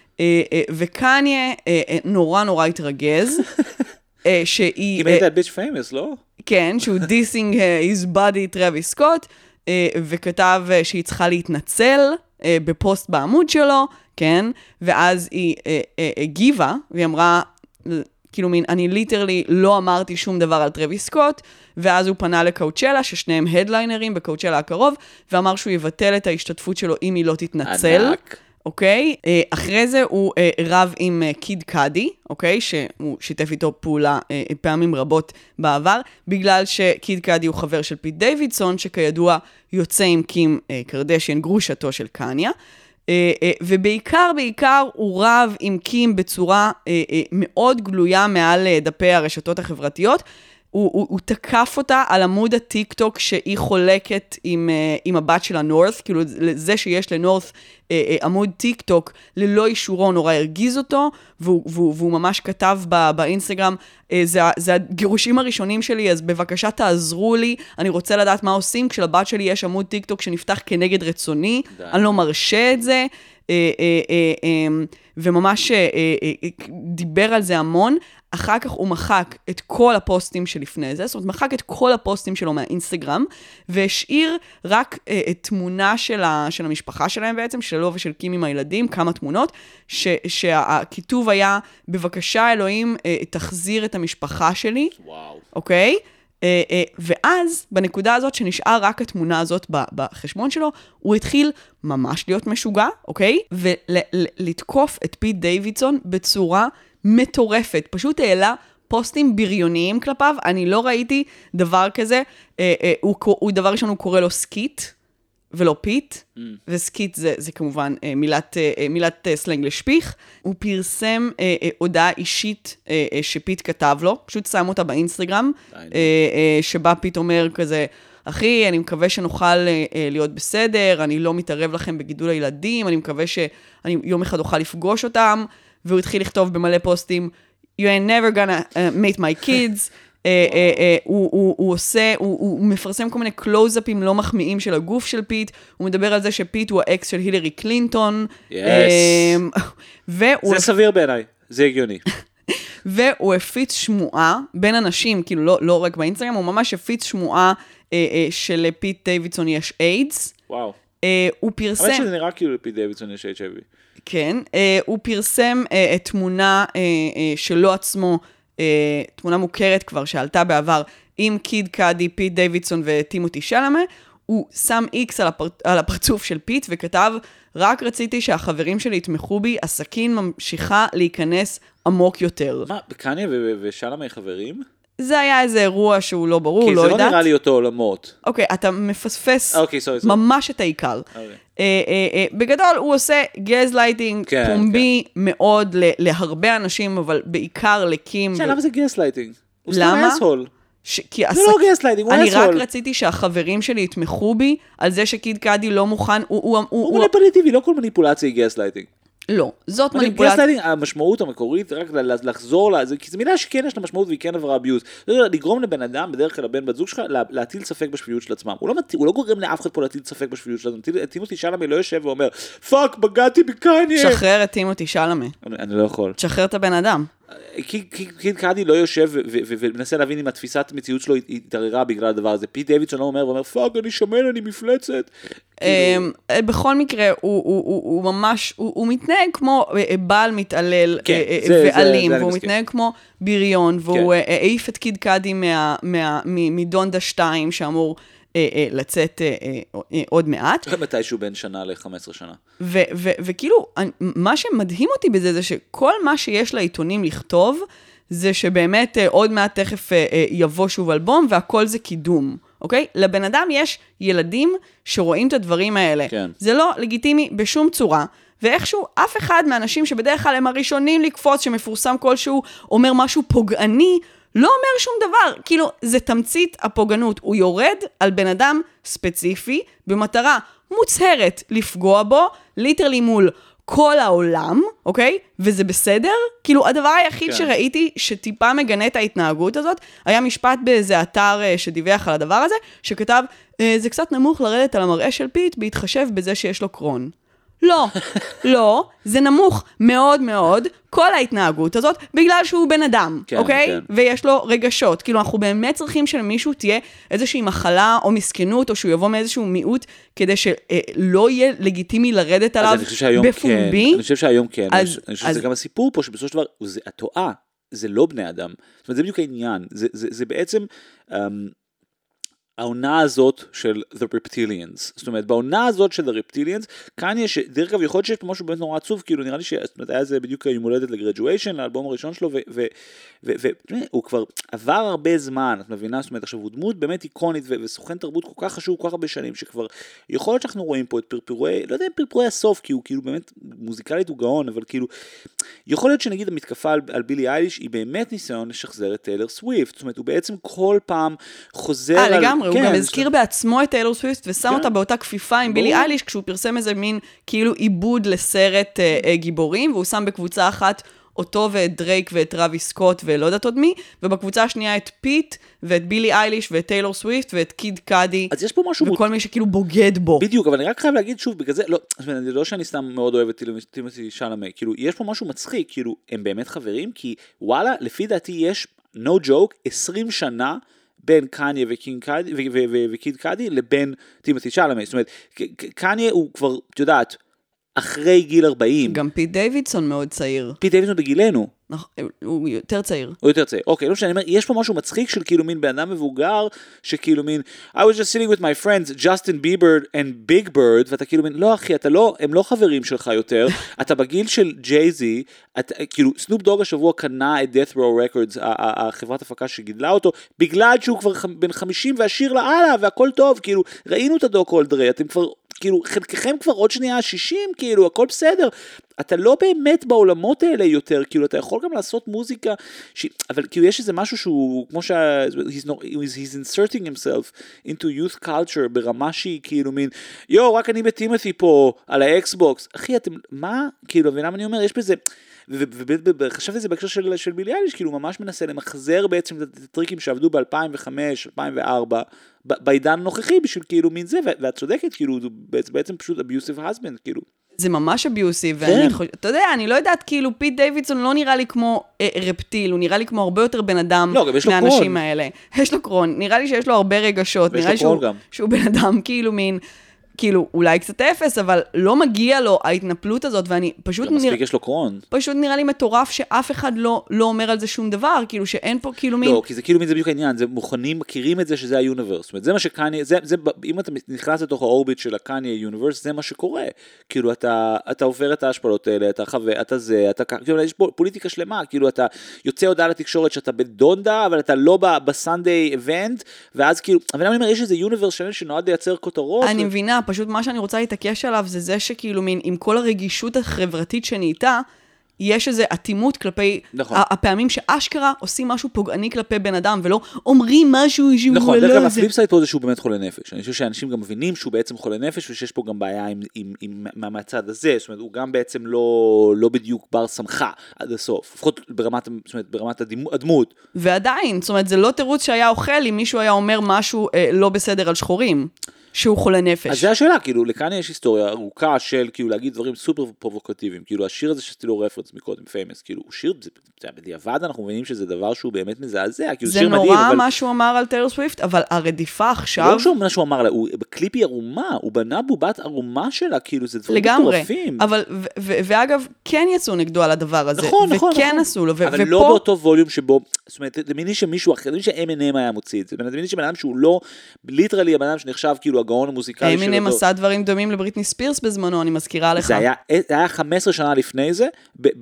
וקניה נורא נורא התרגז, שהיא... היא הייתה ביץ' פיימס, לא? כן, שהוא דיסינג his body טרוויס סקוט, וכתב שהיא צריכה להתנצל בפוסט בעמוד שלו, כן, ואז היא הגיבה, והיא אמרה, כאילו מין, אני ליטרלי לא אמרתי שום דבר על טרוויס סקוט, ואז הוא פנה לקאוצ'לה, ששניהם הדליינרים בקאוצ'לה הקרוב, ואמר שהוא יבטל את ההשתתפות שלו אם היא לא תתנצל. ענק. אוקיי? אחרי זה הוא רב עם קיד קאדי, אוקיי? שהוא שיתף איתו פעולה פעמים רבות בעבר, בגלל שקיד קאדי הוא חבר של פיט דיווידסון, שכידוע יוצא עם קים קרדשיין, גרושתו של קניה, ובעיקר הוא רב עם קים בצורה מאוד גלויה מעל דפי הרשתות החברתיות. הוא תקף אותה על עמוד הטיק-טוק שהיא חולקת עם הבת של הנורת', כאילו זה שיש לנורת' עמוד טיק-טוק ללא אישורו נורא הרגיז אותו, והוא ממש כתב באינסטגרם, זה הגירושים הראשונים שלי, אז בבקשה תעזרו לי, אני רוצה לדעת מה עושים, כשלבת שלי יש עמוד טיק-טוק שנפתח כנגד רצוני, אני לא מרשה את זה, וממש דיבר על זה המון. אחר כך הוא מחק את כל הפוסטים שלפני זה, זאת אומרת, מחק את כל הפוסטים שלו מהאינסטגרם, והשאיר רק תמונה של המשפחה שלהם בעצם, שלו ושל קים עם הילדים, כמה תמונות, שהכיתוב היה, בבקשה אלוהים, תחזיר את המשפחה שלי. וואו. אוקיי? ואז, בנקודה הזאת שנשאר רק התמונה הזאת בחשבון שלו, הוא התחיל ממש להיות משוגע, אוקיי? ולתקוף את פיט דיווידסון בצורה מטורפת. פשוט העלה פוסטים בריוניים כלפיו, אני לא ראיתי דבר כזה. הוא דבר ראשון, הוא קורא לו סקיט, ולא פיט, וסקיט זה כמובן מילת סלנג לשפיך. הוא פרסם הודעה אישית שפיט כתב לו, פשוט שם אותה באינסטגרם, שבה פיט אומר כזה, אחי, אני מקווה שנוכל להיות בסדר, אני לא מתערב לכם בגידול הילדים, אני מקווה שאני יום אחד אוכל לפגוש אותם, והוא התחיל לכתוב במלא פוסטים, you ain't never gonna meet my kids, הוא מפרסם כל מיני קלוז-אפים לא מחמיאים של הגוף של פיט, הוא מדבר על זה שפיט הוא האקס של הילרי קלינטון. זה סביר בעיניי, זה הגיוני. והוא הפיץ שמועה בין אנשים, כאילו לא רק באינסטגרם, הוא ממש הפיץ שמועה שלפיט דיווידסון יש איידס. וואו. הוא פרסם... אבל שזה נראה כאילו לפיט דיווידסון יש HIV. כן, הוא פרסם תמונה שלו עצמו, תמונה מוכרת כבר שעלתה בעבר, עם קיד קאדי, פיט דיווידסון וטימותי שלמה, הוא שם איקס על הפרצוף של פיט וכתב, רק רציתי שהחברים שלי יתמכו בי, הסכין ממשיכה להיכנס עמוק יותר. מה, קניה ושלמה חברים? זה היה איזה אירוע שהוא לא ברור, לא יודעת. כי זה לא נראה לי אותו עולמות. אוקיי, אתה מפספס ממש את העיקר. בגדול הוא עושה גזלייטינג פומבי מאוד להרבה אנשים, אבל בעיקר לקים. למה זה גזלייטינג? הוא סתם אסהול. זה לא גזלייטינג, הוא אסהול. אני רק רציתי שהחברים שלי יתמכו בי על זה שקיד קאדי לא מוכן. הוא מניפולטיבי, לא כל מניפולציה היא גזלייטינג. לא, זאת מניפולציה. המשמעות המקורית, רק לחזור לה, כי זו מילה שכן יש לה משמעות והיא כן עברה אביוז. לגרום לבן אדם, בדרך כלל הבן בת זוג שלך, להטיל ספק בשפיות של עצמם. הוא לא גורם לאף אחד פה להטיל ספק בשפיות של עצמם. טימותי שלמה לא יושב ואומר, פאק, בגעתי בקניה. שחרר את טימותי שלמה. אני לא יכול. שחרר את הבן אדם. קיד קאדי לא יושב ומנסה להבין אם התפיסת המציאות שלו התערערה בגלל הדבר הזה. פיט דיווידסון לא אומר, פאק, אני שמן, אני מפלצת. בכל מקרה, הוא ממש, הוא מתנהג כמו בעל מתעלל ואלים, והוא מתנהג כמו בריון, והוא העיף את קיד קאדי מדונדה 2 שאמור לצאת עוד מעט. מתישהו בין שנה ל-15 שנה. וכאילו, מה שמדהים אותי בזה, זה שכל מה שיש לעיתונים לכתוב, זה שבאמת עוד מעט תכף יבוא שוב אלבום, והכל זה קידום, אוקיי? לבן אדם יש ילדים שרואים את הדברים האלה. כן. זה לא לגיטימי בשום צורה, ואיכשהו אף אחד מהאנשים שבדרך כלל הם הראשונים לקפוץ, שמפורסם כלשהו, אומר משהו פוגעני, לא אומר שום דבר, כאילו זה תמצית הפוגענות, הוא יורד על בן אדם ספציפי, במטרה מוצהרת לפגוע בו, ליטרלי מול כל העולם, אוקיי? וזה בסדר? כאילו הדבר היחיד שראיתי שטיפה מגנה את ההתנהגות הזאת, היה משפט באיזה אתר שדיווח על הדבר הזה, שכתב, זה קצת נמוך לרדת על המראה של פיט, בהתחשב בזה שיש לו קרון. לא, לא, זה נמוך מאוד מאוד, כל ההתנהגות הזאת, בגלל שהוא בן אדם, אוקיי? ויש לו רגשות. כאילו, אנחנו באמת צריכים שלמישהו תהיה איזושהי מחלה או מסכנות, או שהוא יבוא מאיזשהו מיעוט, כדי שלא יהיה לגיטימי לרדת עליו בפומבי. אני חושב שהיום כן. אני חושב שזה גם הסיפור פה, שבסופו של דבר, התועה, זה לא בני אדם. זאת אומרת, זה בדיוק העניין. זה בעצם... העונה הזאת של The Reptilians. זאת אומרת, בעונה הזאת של The Reptilians, קניה, שדרך אגב, יכול להיות שיש פה משהו באמת נורא עצוב, כאילו נראה לי שהיה זה בדיוק יום הולדת לגרדואיישן, לאלבום הראשון שלו, והוא כבר עבר הרבה זמן, את מבינה? זאת אומרת, עכשיו הוא דמות באמת איקונית, וסוכן תרבות כל כך חשוב, כל כך הרבה שנים, שכבר יכול להיות שאנחנו רואים פה את פרפורי, לא יודע אם פרפורי הסוף, כי הוא כאילו באמת, מוזיקלית הוא גאון, אבל כאילו, יכול להיות שנגיד המתקפה על בילי אייליש, היא באמת ניסיון לשחזר את טיילור סוויפט, זאת אומרת, הוא בעצם כל פעם חוזר על... לגמרי, הוא גם הזכיר בעצמו את טיילור סוויפט, ושם אותה באותה כפיפה עם בילי אייליש, כשהוא פרסם איזה מין כאילו עיבוד לסרט גיבורים, והוא שם בקבוצה אחת אותו ואת דרייק ואת טראביס סקוט ולא יודעת עוד מי, ובקבוצה השנייה את פיט ואת בילי אייליש ואת טיילור סוויפט ואת קיד קאדי, אז יש פה משהו וכל מי שכאילו בוגד בו. בדיוק, אבל אני רק חייב להגיד שוב, בגלל זה, לא שאני סתם מאוד אוהב את טימותי שלמה, כאילו, יש פה משהו מצחיק, כאילו, הם באמת חברים, כי וואלה, לפי דעתי יש, no joke, 20 שנה, בין קניה וקיד קאדי לבין טימותי שלמה, זאת אומרת, קניה הוא כבר, את יודעת, אחרי גיל 40. גם פיט דיווידסון מאוד צעיר. פיט דיווידסון בגילנו. הוא יותר צעיר. הוא יותר צעיר. אוקיי, לא משנה, אני אומר, יש פה משהו מצחיק של כאילו מין בן אדם מבוגר, שכאילו מין, I was just sitting with my friends, Justin Bieber and Big Bird, ואתה כאילו מין, לא אחי, הם לא חברים שלך יותר, אתה בגיל של ג'יי-זי, כאילו, סנופ דוג השבוע קנה את Death Row Records, החברת הפקה שגידלה אותו, בגלל שהוא כבר בן 50 והשיר לאללה, והכל טוב, כאילו, ראינו את הדוקו על דרי, אתם כבר, כאילו, חלקכם כבר עוד שנייה 60, כאילו, הכל בסדר. אתה לא באמת בעולמות האלה יותר, כאילו, אתה יכול גם לעשות מוזיקה, אבל כאילו, יש איזה משהו שהוא, כמו he's inserting himself into youth culture, ברמה שהיא, כאילו, מין, רק אני בטימותי פה, על האקסבוקס, אחי, אתם, מה? כאילו, ולמה אני אומר, יש בזה, וחשבתי זה בהקשר של בילי אייליש, כאילו, ממש מנסה למחזר בעצם את הטריקים שעבדו ב-2005, 2004, בעידן הנוכחי, בשביל כאילו מין זה, ואת צודקת, כאילו, זה בעצם פשוט abusive husband, כאילו. זה ממש אביוסיב, ואני אתה יודע, אני לא יודעת, כאילו, פיט דיווידסון לא נראה לי כמו רפטיל, הוא נראה לי כמו הרבה יותר בן אדם מהאנשים האלה. יש לו קרון, נראה לי שיש לו הרבה רגשות, נראה לי שהוא בן אדם כאילו מין, כאילו, אולי קצת אפס, אבל לא מגיע לו ההתנפלות הזאת, ואני פשוט מספיק יש לו קרון. פשוט נראה לי מטורף שאף אחד לא אומר על זה שום דבר, כאילו שאין פה כאילו מין... לא, כי זה כאילו מין, זה בדיוק העניין, זה מוכנים, מכירים את זה שזה היוניברס, זאת אומרת, זה מה שקניה, אם אתה נכנס לתוך האורביט של הקניה יוניברס, זה מה שקורה, כאילו אתה עובר את ההשפלות האלה, אתה חווה, אתה זה, כאילו יש פה פוליטיקה שלמה, כאילו אתה יוצא הודעה לתקשורת שאתה בדונדה, אבל אתה לא בסנדיי איבנט, ואז כאילו, אבל אני אומר, יש איזה יוניברס שלם שנועד לייצר כותרות. אני מבינה, פשוט מה שאני רוצה להתעקש עליו זה שכאילו מין, עם כל הרגישות החברתית שנהייתה, יש איזו אטימות כלפי הפעמים שאשכרה עושים משהו פוגעני כלפי בן אדם, ולא אומרים משהו שהוא נכון, לא... דרך כלל הפליפסייד פה זה שהוא באמת חולה נפש. אני חושב שאנשים גם מבינים שהוא בעצם חולה נפש, ושיש פה גם בעיה מהצד הזה, זאת אומרת, הוא גם בעצם לא בדיוק בר שמחה עד הסוף, לפחות ברמת הדמות. ועדיין, זאת אומרת, זה לא תירוץ שהיה אוכל אם מישהו היה אומר משהו לא בסדר על שחורים. שהוא חולה נפש. אז זה השאלה, כאילו, לקניה יש היסטוריה ארוכה של, כאילו, להגיד דברים סופר פרובוקטיביים, כאילו, השיר הזה שעשיתי לו רפרנס מקודם, פיימס, כאילו, הוא שיר, בדיעבד אנחנו מבינים שזה דבר שהוא באמת מזעזע, כאילו, זה נורא מה שהוא אמר על טיילור סוויפט, אבל הרדיפה עכשיו... לא מה שהוא אמר לה, בקליפ היא ערומה, הוא בנה בובת ערומה שלה, כאילו, זה דברים מטורפים. אבל, ואגב, כן יצאו נגדו על הדבר הזה, וכן עשו לו, אבל לא באותו ווליום שבו, זאת אומרת, תמיני שמישהו אחר, תמיני ש-M&M היה מוציא את זה, תמיני שבן אדם שהוא לא, ליטרלי הבן אדם שנחשב כאילו הגאון המוזיקלי שלו. M&M עשה דברים דומים לבריטני ספירס בזמנו, אני מזכירה לך. זה היה 15 שנה לפני זה,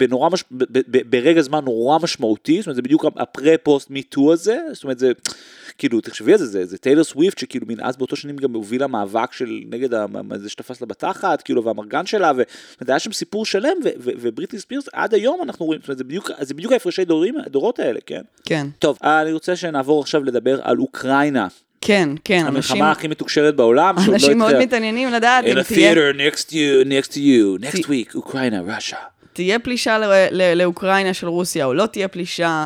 ברגע זמן נורא משמעותי, זאת אומרת, זה בדיוק הפרה-פוסט מיטו הזה, זאת אומרת, זה, כאילו, תחשבי על זה, זה טיילור סוויפט, שכאילו, מן אז באותו שנים גם הובילה מאבק של נגד זה שתפס לה בתחת, כאילו, והמרגן שלה, והיה שם סיפור שלם, ובריטני ספירס, עד היום אנחנו רואים, זאת אומרת, זה בדיוק ההפרשי הדורות האלה, כן? כן. טוב, אני רוצה שנעבור עכשיו לדבר על אוקראינה. כן, כן. המלחמה הכי מתוקשרת בעולם. אנשים מאוד מתעניינים לדעת. In a theater next to you, next week, אוקראינה, רוסיה. תהיה פלישה לאוקראינה של רוסיה, או לא תהיה פלישה,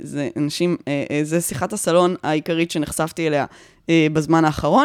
זה שיחת הסלון העיקרית שנחשפתי אליה בזמן האחרון.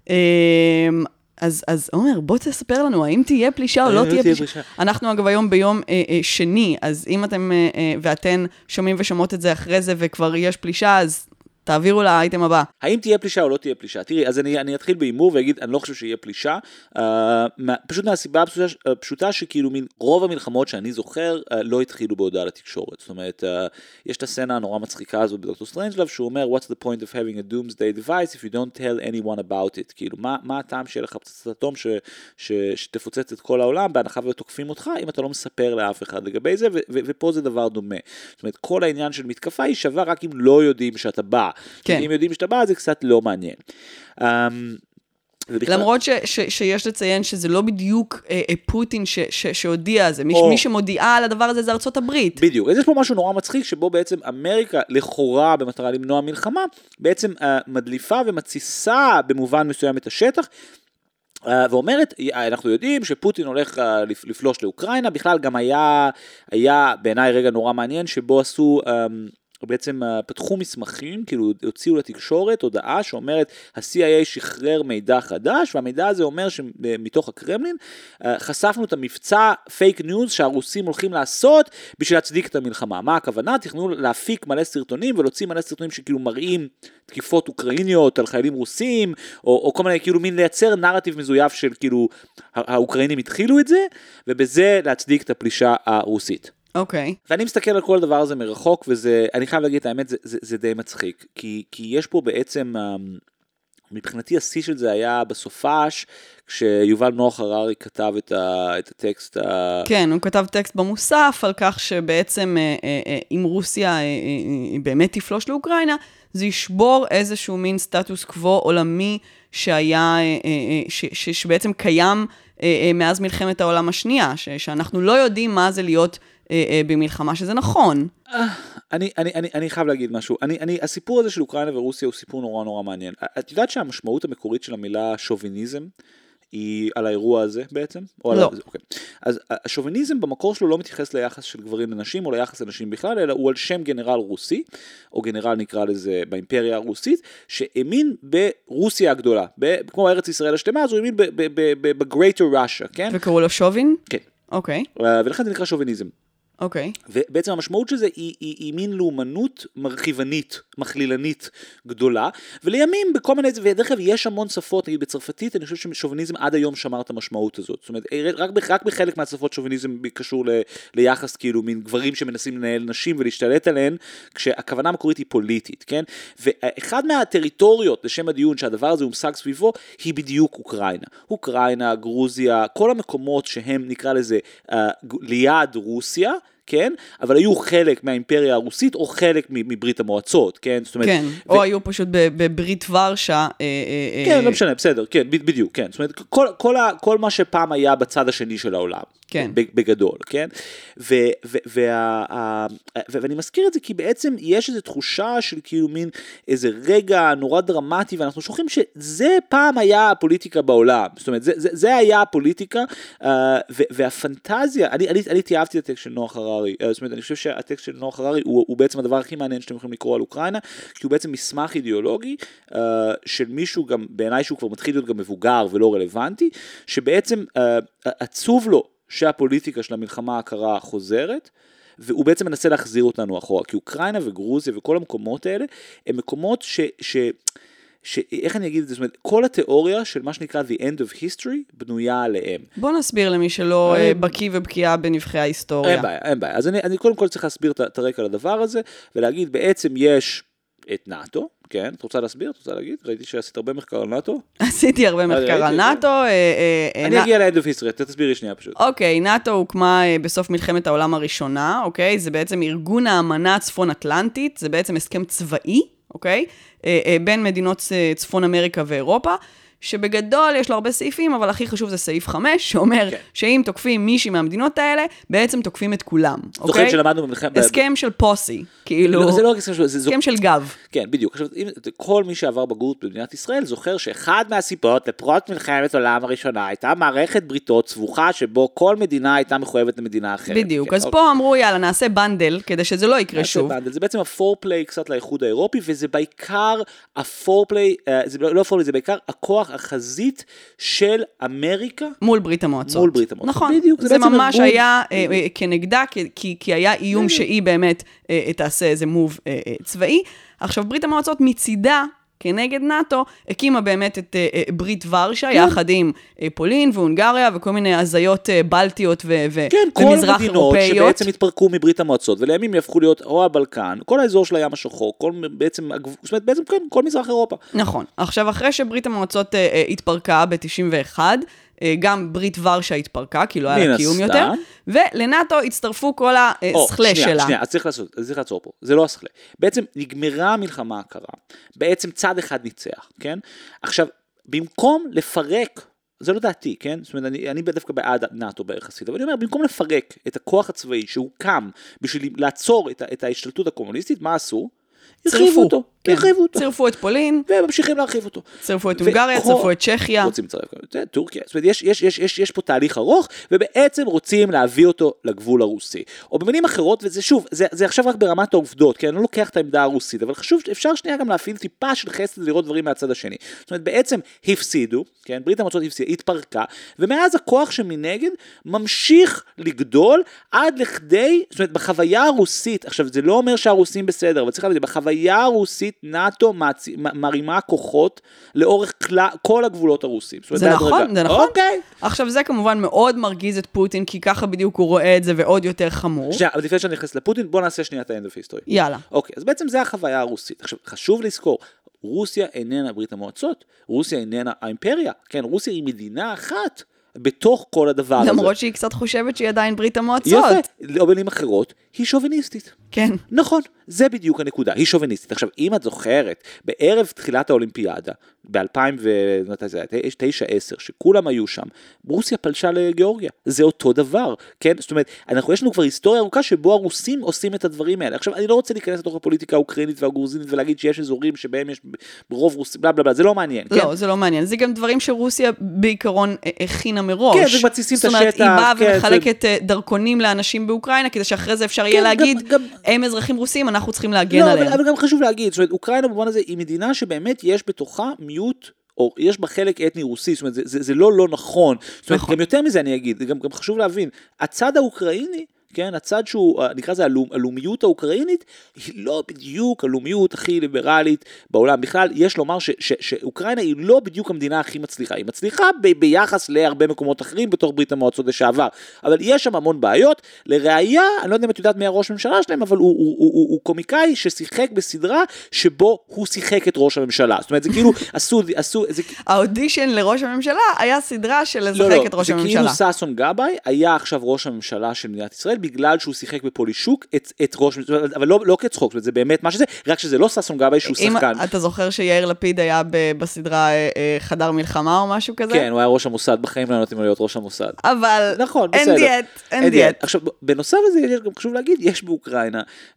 אז עומר, בוא תספר לנו, האם תהיה פלישה או לא תהיה פלישה? אנחנו אגב היום ביום שני, אז אם אתם ואתן שומעים ושומעות את זה אחרי זה, וכבר יש פלישה, אז תעבירו לאייטם הבא. האם תהיה פלישה או לא תהיה פלישה? תראי, אז אני אתחיל באימור ואגיד, אני לא חושב שיהיה פלישה, פשוט מהסיבה הפשוטה שכאילו רוב המלחמות שאני זוכר לא התחילו בהודעה לתקשורת. זאת אומרת, יש את הסצנה הנורא מצחיקה הזאת בדוקטור סטרנג'לב, שהוא אומר, what's the point of having a doomsday device if you don't tell anyone about it? כאילו, מה הטעם שיהיה לך פצצת אטום שתפוצץ את כל העולם, בהנחה ותוקפים אותך, אם אתה לא מספר לאף אחד לגבי זה, ופה זה דבר דומה. זאת אומרת, כל העניין של מתקפה היא שווה רק אם לא יודעים שאתה בא. כן. אם יודעים שאתה בא, זה קצת לא מעניין. למרות שיש לציין שזה לא בדיוק פוטין שהודיע על זה, מי שמודיעה על הדבר הזה זה ארצות הברית. בדיוק, אז יש פה משהו נורא מצחיק, שבו בעצם אמריקה לכאורה במטרה למנוע מלחמה, בעצם מדליפה ומציסה במובן מסוים את השטח, ואומרת, אנחנו יודעים שפוטין הולך לפלוש לאוקראינה, בכלל גם היה בעיניי רגע נורא מעניין, שבו עשו בעצם פתחו מסמכים, כאילו הוציאו לתקשורת הודעה שאומרת, ה-CIA שחרר מידע חדש, והמידע הזה אומר שמתוך הקרמלין, חשפנו את המבצע פייק ניוז שהרוסים הולכים לעשות, בשביל להצדיק את המלחמה. מה הכוונה? תכננו להפיק מלא סרטונים, ולהוציא מלא סרטונים שכאילו מראים תקיפות אוקראיניות על חיילים רוסים, או כל מיני כאילו מין לייצר נרטיב מזויף של כאילו, האוקראינים התחילו את זה, ובזה להצדיק את הפלישה הרוסית. אוקיי. ואני מסתכל על כל הדבר הזה מרחוק, וזה, אני חייב להגיד את האמת, זה די מצחיק, כי יש פה בעצם, מבחינתי השיא של זה היה בסופש, כשיובל נוח הררי כתב את הטקסט. כן, הוא כתב טקסט במוסף, על כך שבעצם, אם רוסיה באמת תפלוש לאוקראינה, זה ישבור איזשהו מין סטטוס קוו עולמי, שהיה, שבעצם קיים מאז מלחמת העולם השנייה, שאנחנו לא יודעים מה זה להיות במלחמה, שזה נכון. אני חייב להגיד משהו. הסיפור הזה של אוקראינה ורוסיה הוא סיפור נורא נורא מעניין. את יודעת שהמשמעות המקורית של המילה שוביניזם היא על האירוע הזה בעצם? לא. אז השוביניזם במקור שלו לא מתייחס ליחס של גברים לנשים או ליחס לנשים בכלל, אלא הוא על שם גנרל רוסי, או גנרל נקרא לזה באימפריה הרוסית, שהאמין ברוסיה הגדולה, כמו ארץ ישראל השלמה, אז הוא האמין ב-Greater Russia, כן? וקראו לו שובין? כן. אוקיי. ולכן זה נקרא שוביניזם. אוקיי. ובעצם המשמעות של זה היא מין לאומנות מרחיבנית, מכלילנית גדולה, ולימים בכל מיני, ודרך כלל יש המון שפות, נגיד בצרפתית, אני חושב ששוביניזם עד היום שמר את המשמעות הזאת. זאת אומרת, רק בחלק מהשפות שוביניזם קשור ליחס כאילו מין גברים שמנסים לנהל נשים ולהשתלט עליהן, כשהכוונה המקורית היא פוליטית, כן? ואחד מהטריטוריות לשם הדיון שהדבר הזה הומשג סביבו, היא בדיוק אוקראינה. אוקראינה, גרוזיה, כל המקומות שהם נקרא לזה ליד רוסיה, כן? אבל היו חלק מהאימפריה הרוסית, או חלק מברית המועצות, כן? זאת אומרת, כן, או היו פשוט בברית ורשה. כן, לא משנה, בסדר, כן, בדיוק, כן. זאת אומרת, כל מה שפעם היה בצד השני של העולם, כן. בגדול, כן? ואני מזכיר את זה, כי בעצם יש איזו תחושה של כאילו מין איזה רגע נורא דרמטי, ואנחנו שוכחים שזה פעם היה הפוליטיקה בעולם, זאת אומרת, זה היה הפוליטיקה, והפנטזיה, אני תיאבתי את הטקסט של נוח הררי, זאת אומרת, אני חושב שהטקסט של נוח הררי הוא בעצם הדבר הכי מעניין שאתם יכולים לקרוא על אוקראינה, כי הוא בעצם מסמך אידיאולוגי של מישהו גם, בעיניי שהוא כבר מתחיל להיות גם מבוגר ולא רלוונטי, שבעצם עצוב לו שהפוליטיקה של המלחמה הקרה חוזרת, והוא בעצם מנסה להחזיר אותנו אחורה, כי אוקראינה וגרוזיה וכל המקומות האלה, הם מקומות איך אני אגיד את זה, זאת אומרת, כל התיאוריה של מה שנקרא The End of History בנויה עליהם. בוא נסביר למי שלא בקיא ובקיאה בנבחי ההיסטוריה. אין בעיה. אז אני קודם כל צריך להסביר את הרקע לדבר הזה, ולהגיד בעצם יש את נאטו, כן? את רוצה להסביר? את רוצה להגיד? ראיתי שעשית הרבה מחקר על נאטו. עשיתי הרבה מחקר על נאטו. אני אגיע ל-End of History, תסבירי שנייה פשוט. אוקיי, נאטו הוקמה בסוף מלחמת העולם הראשונה, אוקיי? זה בעצם ארגון האמנה הצפון אטלנטית, זה בעצם הסכם צבאי, אוקיי? בין מדינות צפון אמריקה ואירופה, שבגדול יש לו הרבה סעיפים, אבל הכי חשוב זה סעיף 5, שאומר שאם תוקפים מישהי מהמדינות האלה, בעצם תוקפים את כולם. זוכרים שלמדנו במלחמת... הסכם של פוסי, כאילו... זה לא רק הסכם של... הסכם של גב. כן, בדיוק. עכשיו, כל מי שעבר בגרות במדינת ישראל, זוכר שאחד מהסיבות לפרוץ מלחמת העולם הראשונה, הייתה מערכת בריתות סבוכה, שבו כל מדינה הייתה מחויבת למדינה אחרת. בדיוק. אז פה אמרו, יאללה, נעשה בנדל, כדי שזה לא יקרה שוב. זה בעצם הפורפליי קצת לאיחוד האירופי, וזה בעיקר הפורפליי, זה לא הפורפליי, זה בעיקר הכוח החזית של אמריקה מול ברית המועצות. מול ברית המועצות. נכון. בדיוק. זה ממש היה כנגדה, כי היה איום שהיא באמת תעשה איזה מוב צבאי, עכשיו, ברית המועצות מצידה, כנגד נאטו, הקימה באמת את ברית ורשה, יחד עם פולין והונגריה, וכל מיני הזיות בלטיות ומזרח אירופאיות. כן, כל המדינות שבעצם התפרקו מברית המועצות, ולימים יהפכו להיות או הבלקן, כל האזור של הים השחור, בעצם כן, כל מזרח אירופה. נכון. עכשיו, אחרי שברית המועצות התפרקה ב-91, גם ברית ורשה התפרקה, כי לא היה לה קיום יותר, ולנאטו הצטרפו כל הסכלה שלה. שנייה, אז צריך לעצור פה, זה לא הסכלה. בעצם נגמרה המלחמה הקרה, בעצם צד אחד ניצח, כן? עכשיו, במקום לפרק, זה לא דעתי, כן? זאת אומרת, אני דווקא בעד נאטו ביחסית, אבל אני אומר, במקום לפרק את הכוח הצבאי שהוא קם בשביל לעצור את ההשתלטות הקומוניסטית, מה עשו? הרחיבו אותו. צירפו את פולין. וממשיכים להרחיב אותו. צירפו את הונגריה, צירפו את צ'כיה. רוצים לצרף גם טורקיה. זאת אומרת, יש פה תהליך ארוך, ובעצם רוצים להביא אותו לגבול הרוסי. או במילים אחרות, וזה שוב, זה עכשיו רק ברמת העובדות, כי אני לא לוקח את העמדה הרוסית, אבל חשוב, אפשר שנייה גם להפעיל טיפה של חסד ולראות דברים מהצד השני. זאת אומרת, בעצם הפסידו, כן, ברית המועצות התפרקה, ומאז הכוח שמנגד ממשיך לגדול עד לכדי, זאת אומרת, בחוויה הרוסית, עכשיו, זה לא אומר שהרוסים בסדר, אבל צריך להבין, בחוויה הרוסית נאטו מרימה כוחות לאורך כל הגבולות הרוסים. זה נכון, זה נכון. עכשיו זה כמובן מאוד מרגיז את פוטין, כי ככה בדיוק הוא רואה את זה ועוד יותר חמור. אבל לפני שאני נכנס לפוטין, בוא נעשה שנייה את ה-end of history. יאללה. אוקיי, אז בעצם זה החוויה הרוסית. עכשיו, חשוב לזכור, רוסיה איננה ברית המועצות, רוסיה איננה האימפריה, כן, רוסיה היא מדינה אחת בתוך כל הדבר הזה. למרות שהיא קצת חושבת שהיא עדיין ברית המועצות. יפה, לא במילים אחרות, היא שוביניסטית. כן. נכון, זה בדיוק הנקודה, היא שוביניסטית. עכשיו, אם את זוכרת, בערב תחילת האולימפיאדה, ב-2009-10, שכולם היו שם, רוסיה פלשה לגיאורגיה. זה אותו דבר, כן? זאת אומרת, יש לנו כבר היסטוריה ארוכה שבו הרוסים עושים את הדברים האלה. עכשיו, אני לא רוצה להיכנס לתוך הפוליטיקה האוקראינית והגרוזינית ולהגיד שיש אזורים שבהם יש רוב רוסי, בלה בלה בלה, זה לא מעניין, כן? לא, זה לא מעניין. זה גם דברים שרוסיה בעיקרון הכינה מראש. כן, זה מתסיסים את השטח. זאת אומרת, היא באה ומחלקת דרכונים לאנשים באוקראינה, כדי שאחרי זה אפשר יהיה להגיד, הם אזרחים רוסים, אנחנו צריכים להגן עליהם. אבל גם חשוב להגיד, זאת אומרת, אוקראינה במובן הזה היא מדינה שבאמת יש בתוכה מיעוט, או יש בה חלק אתני רוסי, זאת אומרת, זה לא נכון. זאת אומרת, גם יותר מזה אני אגיד, גם חשוב להבין, הצד האוקראיני, כן, הצד שהוא, נקרא זה הלאומיות האוקראינית, היא לא בדיוק הלאומיות הכי ליברלית בעולם. בכלל, יש לומר שאוקראינה היא לא בדיוק המדינה הכי מצליחה. היא מצליחה ביחס להרבה מקומות אחרים בתוך ברית המועצות לשעבר. אבל יש שם המון בעיות. לראיה, אני לא יודע אם את יודעת מי הראש הממשלה שלהם, אבל הוא קומיקאי ששיחק בסדרה שבו הוא שיחק את ראש הממשלה. זאת אומרת, זה כאילו, עשו... האודישן לראש הממשלה היה סדרה של לשחק את ראש הממשלה. זה כאילו ששון גבאי היה עכשיו ראש הממשלה של מדינת ישראל, בגלל שהוא שיחק בפולישוק את ראש, אבל לא כצחוק, זה באמת מה שזה, רק שזה לא ששון גבאי שהוא שחקן. אתה זוכר שיאיר לפיד היה בסדרה חדר מלחמה או משהו כזה? כן, הוא היה ראש המוסד, בחיים לא נותנים לו להיות ראש המוסד. אבל נכון, אין דיאט, אין דיאט. עכשיו, בנוסף לזה, גם חשוב להגיד, יש באוקראינה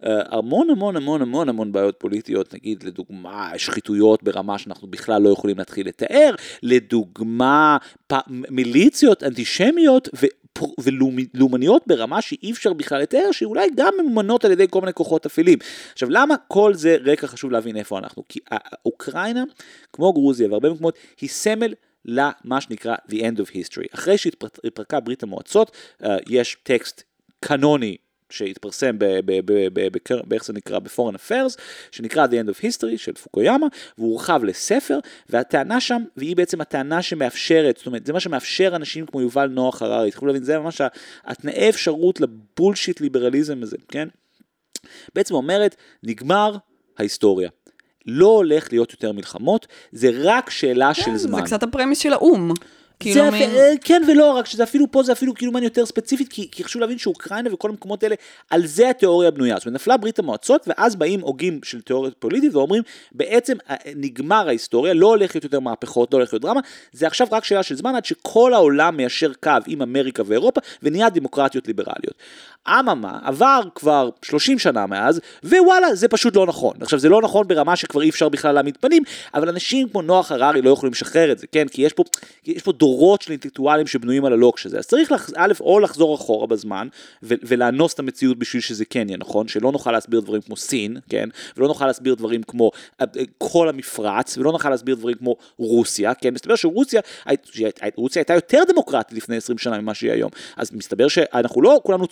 המון בעיות פוליטיות, נגיד, לדוגמה, שחיתויות ברמה שאנחנו בכלל לא יכולים להתחיל לתאר, לדוגמה, מיליציות אנטישמיות ולאומניות ברמה שאי אפשר בכלל לתאר, שאולי גם ממומנות על ידי כל מיני כוחות אפלים. עכשיו, למה כל זה רקע חשוב להבין איפה אנחנו? כי אוקראינה, כמו גרוזיה והרבה מקומות, היא סמל למה שנקרא The End of History. אחרי שהתפרקה ברית המועצות, יש טקסט קנוני, שהתפרסם באיך זה נקרא, ב-Foreign Affairs, שנקרא The End of History של פוקויאמה, והוא הורחב לספר, והטענה שם, והיא בעצם הטענה שמאפשרת, זאת אומרת, זה מה שמאפשר אנשים כמו יובל נוח הררי, תוכלו להבין, זה ממש התנאי אפשרות לבולשיט ליברליזם הזה, כן? בעצם אומרת, נגמר ההיסטוריה. לא הולך להיות יותר מלחמות, זה רק שאלה של זמן. זה קצת הפרמיס של האום. כן ולא, רק שזה אפילו פה, זה אפילו כאילו מה יותר ספציפית, כי חשוב להבין שאוקראינה וכל המקומות האלה, על זה התיאוריה בנויה. זאת אומרת, נפלה ברית המועצות, ואז באים הוגים של תיאוריה פוליטית, ואומרים, בעצם נגמר ההיסטוריה, לא הולך להיות יותר מהפכות, לא הולך להיות דרמה, זה עכשיו רק שאלה של זמן, עד שכל העולם מיישר קו עם אמריקה ואירופה, ונהיה דמוקרטיות ליברליות. אממה, עבר כבר 30 שנה מאז, ווואלה, זה פשוט לא נכון. עכשיו, זה לא נכון ברמה שכבר אי אפשר בכלל להעמיד פנים, אבל אנשים כמו נוח הררי לא יכולים לשחרר את זה, כן? כי יש פה דורות של אינטלקטואלים שבנויים על הלוקש הזה. אז צריך או לחזור אחורה בזמן, ולאנוס את המציאות בשביל שזה כן יהיה נכון, שלא נוכל להסביר דברים כמו סין, כן? ולא נוכל להסביר דברים כמו כל המפרץ, ולא נוכל להסביר דברים כמו רוסיה, כן? מסתבר שרוסיה הייתה יותר דמוקרטית לפני 20 שנה ממה שהיא היום. אז מסתבר שאנחנו לא כולנו צועדים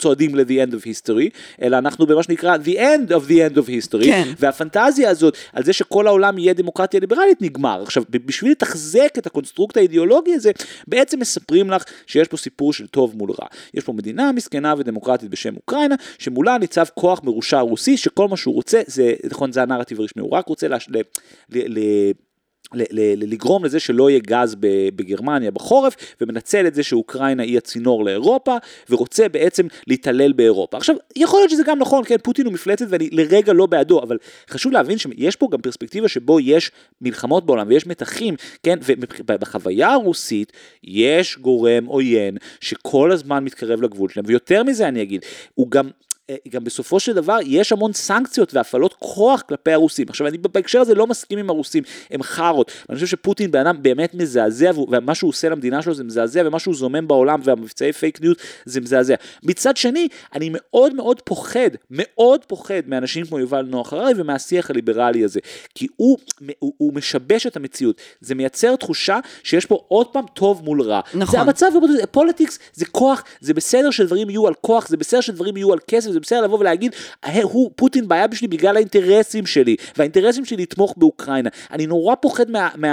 ל-the end of history, אלא אנחנו במה שנקרא the end of the end of history, כן. והפנטזיה הזאת, על זה שכל העולם יהיה דמוקרטיה ליברלית, נגמר. עכשיו, בשביל לתחזק את הקונסטרוקט האידיאולוגי הזה, בעצם מספרים לך שיש פה סיפור של טוב מול רע. יש פה מדינה מסכנה ודמוקרטית בשם אוקראינה, שמולה ניצב כוח מרושע רוסי, שכל מה שהוא רוצה, נכון, זה הנרטיב הרשמי, הוא רק רוצה לגרום לזה שלא יהיה גז בגרמניה בחורף, ומנצל את זה שאוקראינה היא הצינור לאירופה, ורוצה בעצם להתעלל באירופה. עכשיו, יכול להיות שזה גם נכון, כן, פוטין הוא מפלצת, ואני לרגע לא בעדו, אבל חשוב להבין שיש פה גם פרספקטיבה שבו יש מלחמות בעולם, ויש מתחים, כן, ובחוויה הרוסית, יש גורם עוין, שכל הזמן מתקרב לגבול שלהם, ויותר מזה אני אגיד, הוא גם בסופו של דבר יש המון סנקציות והפעלות כוח כלפי הרוסים. עכשיו אני בהקשר הזה לא מסכים עם הרוסים, הם חרות. אני חושב שפוטין באדם באמת מזעזע, ומה שהוא עושה למדינה שלו זה מזעזע, ומה שהוא זומם בעולם והמבצעי פייק ניוז זה מזעזע. מצד שני, אני מאוד מאוד פוחד מאנשים כמו יובל נוח הררי ומהשיח הליברלי הזה, כי הוא משבש את המציאות. זה מייצר תחושה שיש פה עוד פעם טוב מול רע. נכון. זה המצב, פוליטיקס זה כוח, זה בסדר שדברים יהיו על כוח, זה בסדר שדברים יהיו על כסף, זה בסדר לבוא ולהגיד, פוטין בעיה בשבילי בגלל האינטרסים שלי, והאינטרסים שלי לתמוך באוקראינה. אני נורא פוחד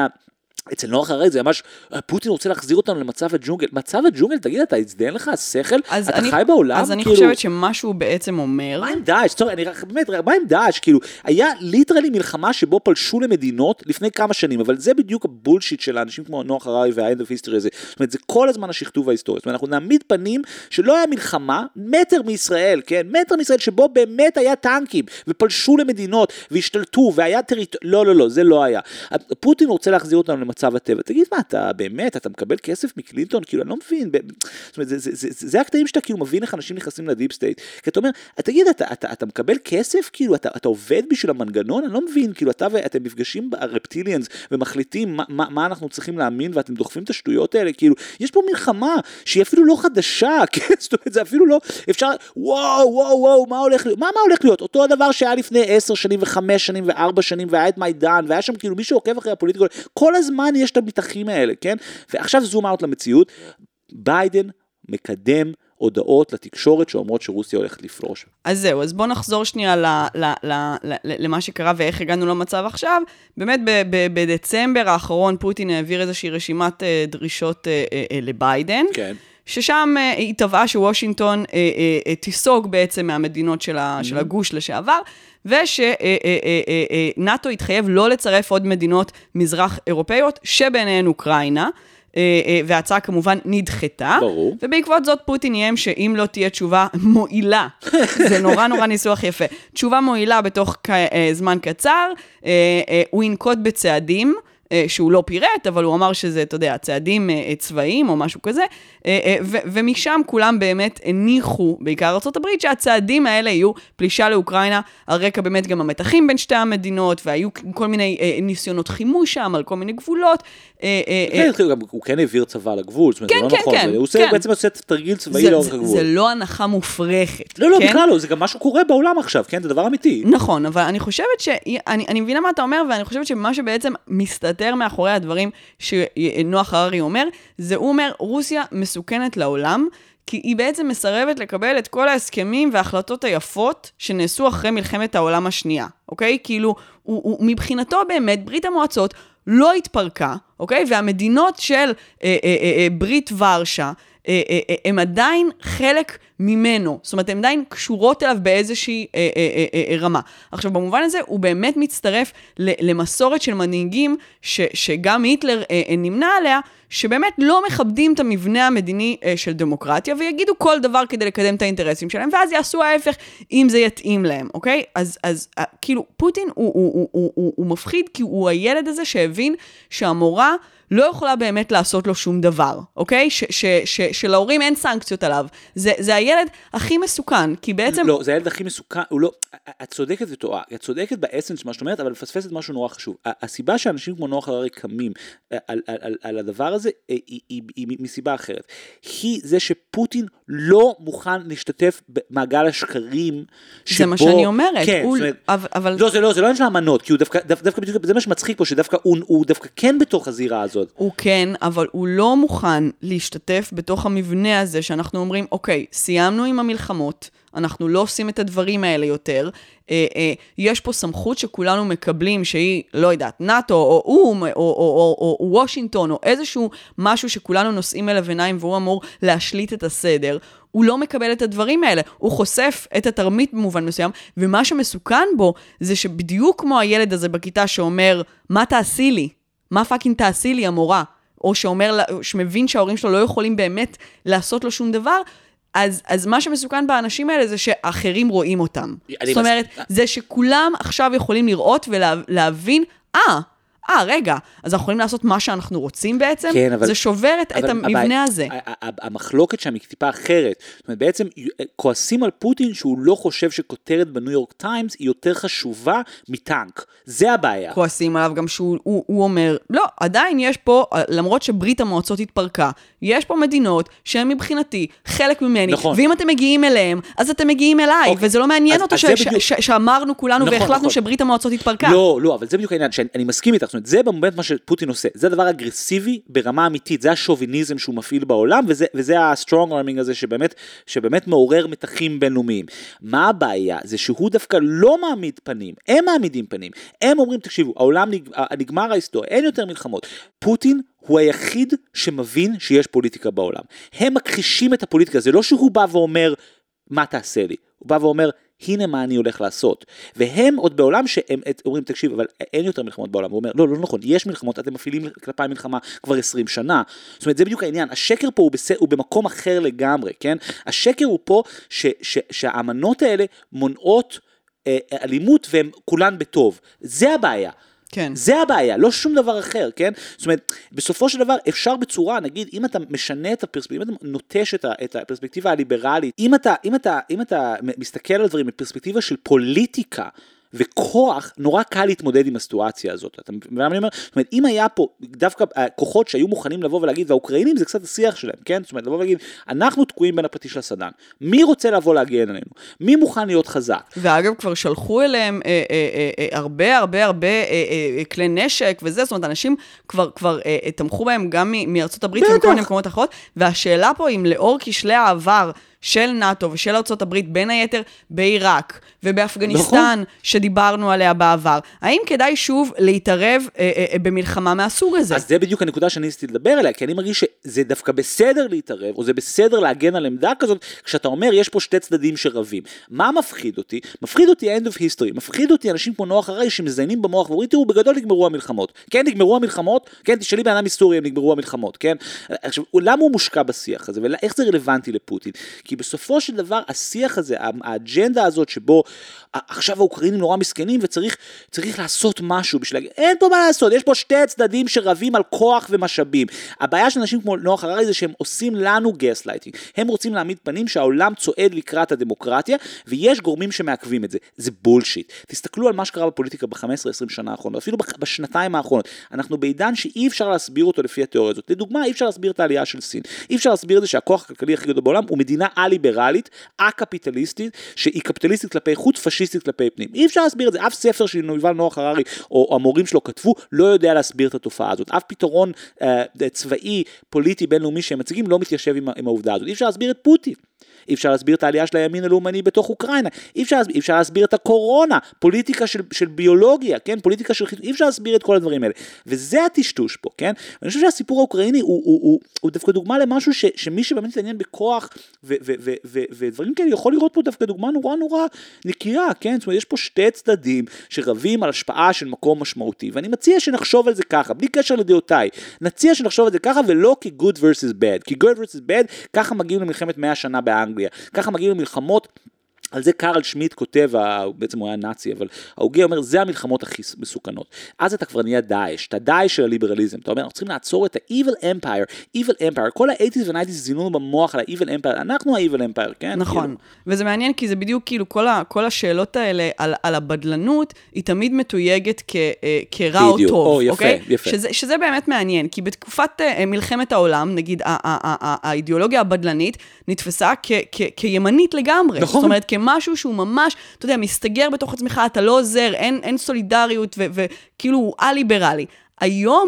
אצל נוח הררי זה ממש, פוטין רוצה להחזיר אותנו למצב הג'ונגל. מצב הג'ונגל, תגיד, אתה הזדהן לך השכל? אתה חי בעולם? אז אני חושבת שמה שהוא בעצם אומר... מה עם דאעש? באמת, מה עם דאעש? כאילו, היה ליטרלי מלחמה שבו פלשו למדינות לפני כמה שנים, אבל זה בדיוק הבולשיט של האנשים כמו נוח הררי והאנד אוף היסטורי הזה. זאת אומרת, זה כל הזמן השכתוב ההיסטורי. זאת אומרת, אנחנו נעמיד פנים שלא היה מלחמה, מטר מישראל, כן? מטר מישראל שבו באמת היה טנקים, ופלשו למדינות, והשתלטו, והיה לא, זה לא היה. פוטין רוצה להחזיר אותנו למצב הטבע. תגיד מה, אתה באמת, אתה מקבל כסף מקלינטון? כאילו, אני לא מבין. זאת אומרת, זה הקטעים שאתה כאילו מבין איך אנשים נכנסים לדיפ סטייט. כי אתה אומר, תגיד, אתה מקבל כסף? כאילו, אתה עובד בשביל המנגנון? אני לא מבין. כאילו, אתם נפגשים ברפטיליאנס ומחליטים מה אנחנו צריכים להאמין, ואתם דוחפים את השטויות האלה. כאילו, יש פה מלחמה שהיא אפילו לא חדשה, כן? זאת אומרת, זה אפילו לא, אפשר, וואו, מה הולך להיות? אותו הדבר שהיה לפני 10 שנים ו5 שנים ו4 שנים, והיה את מיידן, והיה שם כאילו מישהו עוקב אחרי הפוליטיקה, כל הזמן יש את המתחים האלה, כן? ועכשיו זום אאוט למציאות, ביידן מקדם הודעות לתקשורת שאומרות שרוסיה הולכת לפרוש. אז זהו, אז בוא נחזור שנייה למה שקרה ואיך הגענו למצב עכשיו. באמת בדצמבר האחרון פוטין העביר איזושהי רשימת דרישות לביידן. כן. ששם היא טבעה שוושינגטון תיסוג בעצם מהמדינות של הגוש לשעבר, ושנאטו התחייב לא לצרף עוד מדינות מזרח אירופאיות, שביניהן אוקראינה, וההצעה כמובן נדחתה. ברור. ובעקבות זאת פוטין איים שאם לא תהיה תשובה מועילה, זה נורא ניסוח יפה, תשובה מועילה בתוך זמן קצר, הוא ינקוט בצעדים, שהוא לא פירט, אבל הוא אמר שזה, אתה יודע, צעדים צבאיים או משהו כזה, ומשם כולם באמת הניחו, בעיקר ארצות הברית, שהצעדים האלה יהיו פלישה לאוקראינה, על רקע באמת גם המתחים בין שתי המדינות, והיו כל מיני ניסיונות חימוש שם, על כל מיני גבולות. הוא כן העביר צבא לגבול, זאת אומרת, זה לא נכון, הוא בעצם עושה תרגיל צבאי לאורך הגבול. זה לא הנחה מופרכת. לא, בכלל לא, זה גם משהו קורה בעולם עכשיו, כן, זה דבר אמיתי. נכון, אבל אני חושבת אני מבינה מה אתה אומר, ואני חושבת שמה שבעצם מסתתר מאחורי הדברים שנוח הררי אומר, זה הוא אומר, רוסיה מסוכנת לעולם, כי היא בעצם מסרבת לקבל את כל ההסכמים וההחלטות היפות שנעשו אחרי מלחמת העולם השנייה, אוקיי? כאילו, הוא מבחינתו באמת, ברית המועצות לא התפרקה, אוקיי? והמדינות של ברית ורשה, הם עדיין חלק ממנו, זאת אומרת, הן עדיין קשורות אליו באיזושהי רמה. עכשיו, במובן הזה, הוא באמת מצטרף למסורת של מנהיגים, שגם היטלר נמנע עליה, שבאמת לא מכבדים את המבנה המדיני של דמוקרטיה, ויגידו כל דבר כדי לקדם את האינטרסים שלהם, ואז יעשו ההפך אם זה יתאים להם, אוקיי? אז כאילו, פוטין הוא מפחיד, כי הוא הילד הזה שהבין שהמורה לא יכולה באמת לעשות לו שום דבר, אוקיי? שלהורים אין סנקציות עליו. זה הילד הכי מסוכן, כי בעצם... לא, זה הילד הכי מסוכן, הוא לא... את צודקת וטועה, את צודקת באסנס מה שאת אומרת, אבל מפספסת משהו נורא חשוב. הסיבה שאנשים כמו נוח הררי קמים על הדבר הזה, היא מסיבה אחרת. היא זה שפוטין לא מוכן להשתתף במעגל השקרים, זה מה שאני אומרת. כן, לא, זה לא עניין של האמנות, כי הוא דווקא, זה מה שמצחיק פה, שדווקא הוא דווקא כן בתוך הזירה הזאת. לעשות. הוא כן, אבל הוא לא מוכן להשתתף בתוך המבנה הזה, שאנחנו אומרים, אוקיי, סיימנו עם המלחמות, אנחנו לא עושים את הדברים האלה יותר, יש פה סמכות שכולנו מקבלים, שהיא, לא יודעת, נאטו, או אום, או וושינגטון, או איזשהו משהו שכולנו נושאים אליו עיניים, והוא אמור להשליט את הסדר, הוא לא מקבל את הדברים האלה, הוא חושף את התרמית במובן מסוים, ומה שמסוכן בו, זה שבדיוק כמו הילד הזה בכיתה שאומר, מה תעשי לי? מה פאקינג תעשי לי, המורה? או שמבין שההורים שלו לא יכולים באמת לעשות לו שום דבר, אז מה שמסוכן באנשים האלה זה שאחרים רואים אותם. זאת אומרת, זה שכולם עכשיו יכולים לראות ולהבין, רגע, אז אנחנו יכולים לעשות מה שאנחנו רוצים בעצם? כן, אבל, זה שובר את המבנה הזה. המחלוקת שם היא טיפה אחרת. זאת אומרת, בעצם כועסים על פוטין שהוא לא חושב שכותרת בניו יורק טיימס היא יותר חשובה מטנק. זה הבעיה. כועסים עליו גם שהוא אומר, לא, עדיין יש פה, למרות שברית המועצות התפרקה, יש פה מדינות שהן מבחינתי חלק ממני, נכון. ואם אתם מגיעים אליהם, אז אתם מגיעים אליי, אוקיי. וזה לא מעניין אותו שאמרנו כולנו נכון, והחלטנו נכון. שברית המועצות התפרקה. לא, אבל זה בדיוק העניין, שאני מסכים איתך, זאת אומרת, זה באמת מה שפוטין עושה, זה הדבר אגרסיבי ברמה אמיתית, זה השוביניזם שהוא מפעיל בעולם, וזה ה-strong arming הזה שבאמת מעורר מתחים בינלאומיים. מה הבעיה? זה שהוא דווקא לא מעמיד פנים, הם מעמידים פנים, הם אומרים, תקשיבו, העולם נגמר ההיסטוריה, אין יותר מלחמות. פוטין הוא היחיד שמבין שיש פוליטיקה בעולם. הם מכחישים את הפוליטיקה, זה לא שהוא בא ואומר, מה תעשה לי? הוא בא ואומר, הנה מה אני הולך לעשות. והם עוד בעולם שהם אומרים, תקשיב, אבל אין יותר מלחמות בעולם. הוא אומר, לא נכון, יש מלחמות, אתם מפעילים כלפי מלחמה כבר 20 שנה. זאת אומרת, זה בדיוק העניין. השקר פה הוא במקום אחר לגמרי, כן? השקר הוא פה שהאמנות האלה מונעות אלימות והן כולן בטוב. זה הבעיה. כן. זה הבעיה, לא שום דבר אחר, כן? זאת אומרת, בסופו של דבר אפשר בצורה, נגיד, אם אתה משנה את הפרספקטיבה, אם אתה נוטש את הפרספקטיבה הליברלית, אם אתה מסתכל על דברים בפרספקטיבה של פוליטיקה, וכוח, נורא קל להתמודד עם הסיטואציה הזאת. אתה מבין מה אני אומר? זאת אומרת, אם היה פה דווקא כוחות שהיו מוכנים לבוא ולהגיד, והאוקראינים זה קצת השיח שלהם, כן? זאת אומרת, לבוא ולהגיד, אנחנו תקועים בין הפטיש לסדן. מי רוצה לבוא להגן עלינו? מי מוכן להיות חזק? ואגב, כבר שלחו אליהם הרבה כלי נשק וזה, זאת אומרת, אנשים כבר תמכו בהם גם מארצות הברית ומכל מיני מקומות אחרות, והשאלה פה אם לאור כשלי העבר של נאטו ושל ארצות הברית, בין היתר בעיראק ובאפגניסטן, שדיברנו עליה בעבר. האם כדאי שוב להתערב במלחמה מהסוג הזה? אז זה בדיוק הנקודה שאני ניסיתי לדבר עליה, כי אני מרגיש שזה דווקא בסדר להתערב, או זה בסדר להגן על עמדה כזאת, כשאתה אומר, יש פה שתי צדדים שרבים. מה מפחיד אותי? מפחיד אותי end of history, מפחיד אותי אנשים כמו נוח הרי, שמזיינים במוח, ואומרים, תראו, בגדול נגמרו המלחמות. כן, נגמרו המלחמות, כן, תשאלי באדם היסטוריה, הם נגמרו המלחמות, כן? עכשיו, למה הוא מושקע בשיח הזה, ואיך זה רלוונטי לפוטין? כי בסופו של דבר, השיח הזה, האג'נדה הזאת שבו עכשיו האוקראינים נורא מסכנים וצריך לעשות משהו בשביל להגיד, אין פה מה לעשות, יש פה שתי צדדים שרבים על כוח ומשאבים. הבעיה של אנשים כמו נוח הררי זה שהם עושים לנו גסלייטינג. הם רוצים להעמיד פנים שהעולם צועד לקראת הדמוקרטיה, ויש גורמים שמעכבים את זה. זה בולשיט. תסתכלו על מה שקרה בפוליטיקה ב-15-20 שנה האחרונות, אפילו בשנתיים האחרונות. אנחנו בעידן שאי אפשר להסביר אותו לפי התיאוריה הזאת. לדוגמה, אי אפשר להסביר את העלייה של סין. אי אפשר להסביר את זה שהכוח הכלכלי הכי גדול בעולם הוא מדינה ליברלית, הקפיטליסטית, שהיא קפיטליסטית כלפי חוץ, פשיסטית כלפי פנים. אי אפשר להסביר את זה. אף ספר של יובל נוח הררי, או המורים שלו כתבו, לא יודע להסביר את התופעה הזאת. אף פתרון צבאי, פוליטי, בינלאומי שהם מציגים, לא מתיישב עם העובדה הזאת. אי אפשר להסביר את פוטין. אי אפשר להסביר את העלייה של הימין הלאומני בתוך אוקראינה, אי אפשר להסביר את הקורונה, פוליטיקה של ביולוגיה, כן? פוליטיקה של חיתות, אי אפשר להסביר את כל הדברים האלה. וזה הטשטוש פה, כן? ואני חושב שהסיפור האוקראיני הוא דווקא דוגמה למשהו שמי שבאמת מתעניין בכוח ודברים כאלה יכול לראות פה דווקא דוגמה נורא נקייה, כן? זאת אומרת, יש פה שתי צדדים שרבים על השפעה של מקום משמעותי, ואני מציע שנחשוב על זה ככה, בלי קשר לדעותיי, נציע שנחשוב על זה ככה ולא כ-good versus bad, כי good versus bad, ככה מגיעים למלחמת 100 שנה באנגליה, ככה מגיעים למלחמות, על זה קרל שמיט כותב, בעצם הוא היה נאצי, אבל ההוגה אומר, זה המלחמות הכי מסוכנות. אז אתה כבר נהיה דאעש, אתה דאעש של הליברליזם, אתה אומר, אנחנו צריכים לעצור את ה-evil empire, כל ה-80s ו-90s זינו במוח על ה-evil empire, אנחנו ה-evil empire, כן? נכון, וזה מעניין, כי זה בדיוק כאילו, כל השאלות האלה על הבדלנות, היא תמיד מתויגת כרע או טוב, אוקיי? שזה באמת מעניין, כי בתקופת מלחמת העולם, נגיד, האידיאולוגיה הבדלנית נתפסה כימנית לגמרי, זאת אומרת, משהו שהוא ממש, אתה יודע, מסתגר בתוך עצמך, אתה לא עוזר, אין סולידריות, וכאילו הוא אליברלי. היום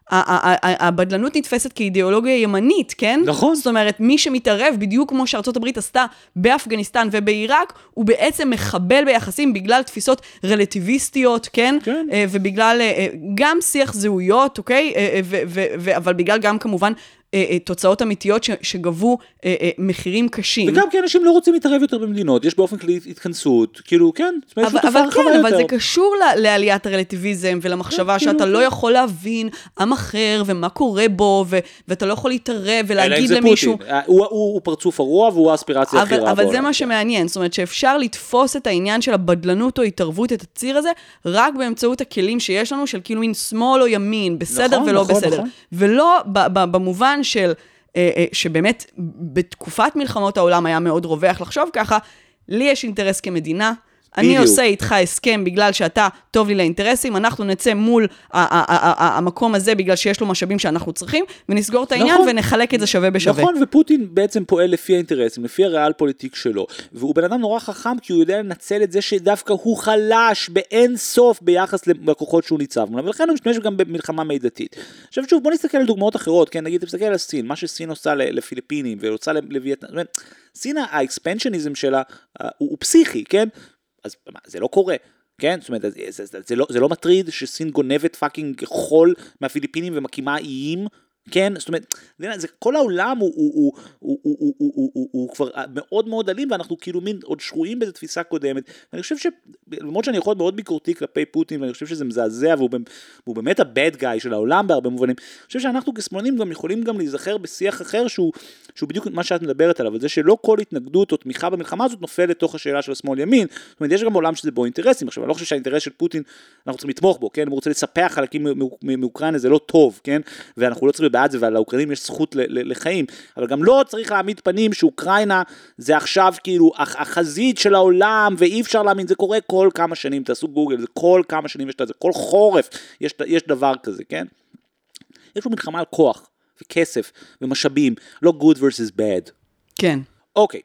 הבדלנות נתפסת כאידיאולוגיה ימנית, כן? נכון. זאת אומרת, מי שמתערב, בדיוק כמו שארצות הברית עשתה באפגניסטן ובעיראק, הוא בעצם מחבל ביחסים בגלל תפיסות רלטיביסטיות, כן? כן. ובגלל גם שיח זהויות, אוקיי? אבל בגלל גם כמובן תוצאות אמיתיות שגבו מחירים קשים. וגם כי אנשים לא רוצים להתערב יותר במדינות, יש באופן כללי התכנסות, כאילו, כן, אבל זה קשור לעליית הרלטיביזם ולמחשבה שאתה לא יכול להבין עם אחר ומה קורה בו, ואתה לא יכול להתערב ולהגיד למישהו. הוא פרצוף הרוע והוא האספירציה הכי רעה. אבל זה מה שמעניין, זאת אומרת שאפשר לתפוס את העניין של הבדלנות או התערבות, את הציר הזה, רק באמצעות הכלים שיש לנו, של כאילו מין שמאל או ימין, בסדר ולא בסדר. ולא במובן שבאמת בתקופת מלחמות העולם היה מאוד רווח לחשוב ככה, לי יש אינטרס כמדינה, אני עושה איתך הסכם בגלל שאתה טוב לי לאינטרסים, אנחנו נצא מול המקום הזה בגלל שיש לו משאבים שאנחנו צריכים, ונסגור את העניין ונחלק את זה שווה בשווה. נכון, ופוטין בעצם פועל לפי האינטרסים, לפי הריאל פוליטיק שלו, והוא בן אדם נורא חכם כי הוא יודע לנצל את זה שדווקא הוא חלש באין סוף ביחס לכוחות שהוא ניצב, ולכן הוא משתמש גם במלחמה מידתית. עכשיו שוב, בוא נסתכל על דוגמאות אחרות, כן, נגיד, תסתכל על סין, מה שסין עושה לפיליפינים, ועושה לווייטנאם, סין, האקספנשניזם שלה הוא פסיכי, כן? אז זה לא קורה, כן? זאת אומרת, זה לא מטריד שסין גונבת פאקינג חול מהפיליפינים ומקימה איים, כן? זאת אומרת, כל העולם הוא כבר מאוד מאוד אלים, ואנחנו כאילו מין עוד שרויים באיזו תפיסה קודמת, ואני חושב למרות שאני יכול להיות מאוד ביקורתי כלפי פוטין, ואני חושב שזה מזעזע, והוא באמת ה-bad guy של העולם בהרבה מובנים, אני חושב שאנחנו כשמאלנים גם יכולים גם להיזכר בשיח אחר, שהוא בדיוק מה שאת מדברת עליו, זה שלא כל התנגדות או תמיכה במלחמה הזאת נופל לתוך השאלה של השמאל ימין, זאת אומרת, יש גם עולם שזה בו אינטרסים, עכשיו, אני לא חושב שהאינטרס של פוטין, אנחנו צריכים לתמוך בו, כן? הוא רוצה לספח חלקים מאוקראינה, זה לא טוב, כן? ואנחנו לא צריכים בעד זה, ולאוקראינים יש זכות לחיים, אבל גם לא צריך להעמיד פנים שאוקראינה זה עכשיו כאילו החזית של העולם, ואי אפשר להאמין, זה קורה כל כמה שנים, תעשו גוגל, זה כל כמה שנים יש את זה, כל חורף יש דבר כזה, כן? יש פה מלחמה על כוח, וכסף, ומשאבים, לא good versus bad. כן. אוקיי,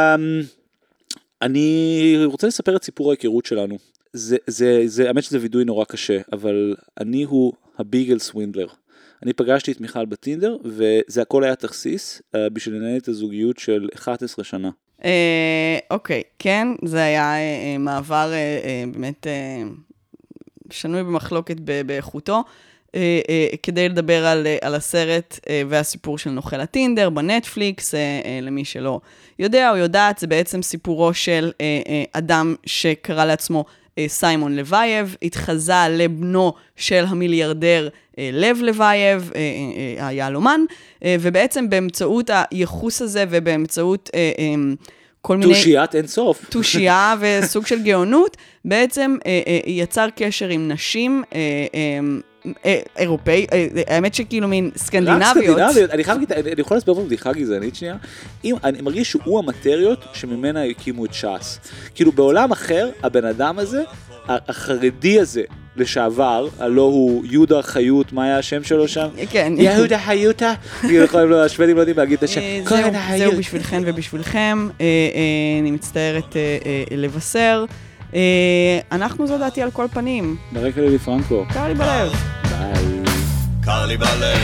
אני רוצה לספר את סיפור ההיכרות שלנו. האמת שזה וידוי נורא קשה, אבל אני הוא הביגל סווינדלר. אני פגשתי את מיכל בטינדר, וזה הכל היה תכסיס, בשביל לנהל את הזוגיות של 11 שנה. אוקיי, כן, זה היה מעבר באמת שנוי במחלוקת באיכותו, כדי לדבר על הסרט והסיפור של נוכל הטינדר בנטפליקס, למי שלא יודע או יודעת, זה בעצם סיפורו של אדם שקרא לעצמו סיימון לוייב, התחזה לבנו של המיליארדר לב לוייב, היעלומן, ובעצם באמצעות הייחוס הזה ובאמצעות כל מיני... תושיית אין סוף. תושייה וסוג של גאונות, בעצם יצר קשר עם נשים אירופאי, האמת שכאילו מין סקנדינביות. אני יכול לספר פה בדיחה גזענית שנייה, אני מרגיש שהוא המטריות שממנה הקימו את ש"ס. כאילו בעולם אחר, הבן אדם הזה, החרדי הזה, לשעבר, הלא הוא יהודה חיות, מה היה השם שלו שם? כן. יהודה חיותה, השוודים לא יודעים להגיד את השם. זהו בשבילכם ובשבילכם, אני מצטערת לבשר. אנחנו זו דעתי על כל פנים. ברקע לילי פרנקו. קר לי בלב. ביי. קר לי בלב.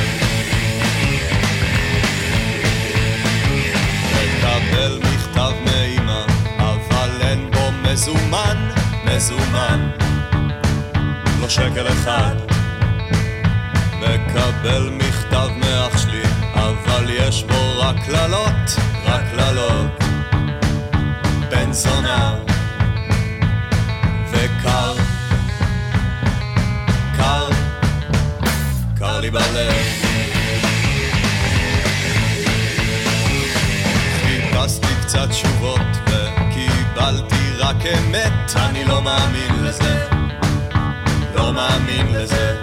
מקבל מכתב מאמא, אבל אין בו מזומן, מזומן. לא שקל אחד. מקבל מכתב מאח שלי, אבל יש בו רק קללות, רק קללות. בן זונה. וקר, קר, קר לי בלב. חיפשתי קצת תשובות וקיבלתי רק אמת. אני לא מאמין לזה, לא מאמין לזה.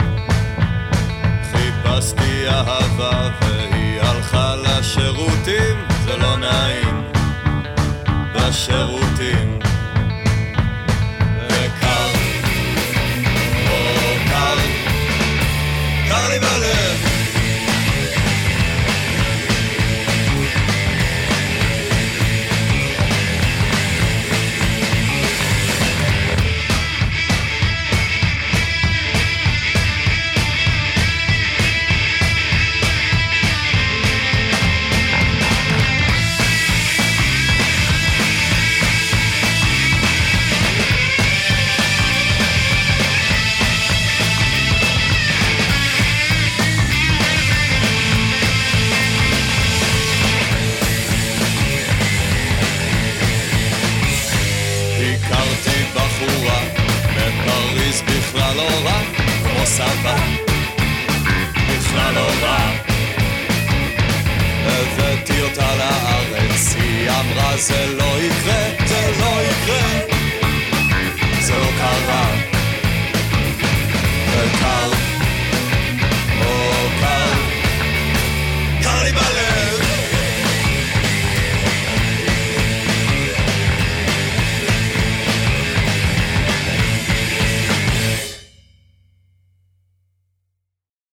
חיפשתי אהבה והיא הלכה לשירותים. זה לא נעים בשירותים. קר לי בלב. הכרתי בחורה בפריז בכלל לא רע כמו סבא בכלל לא רע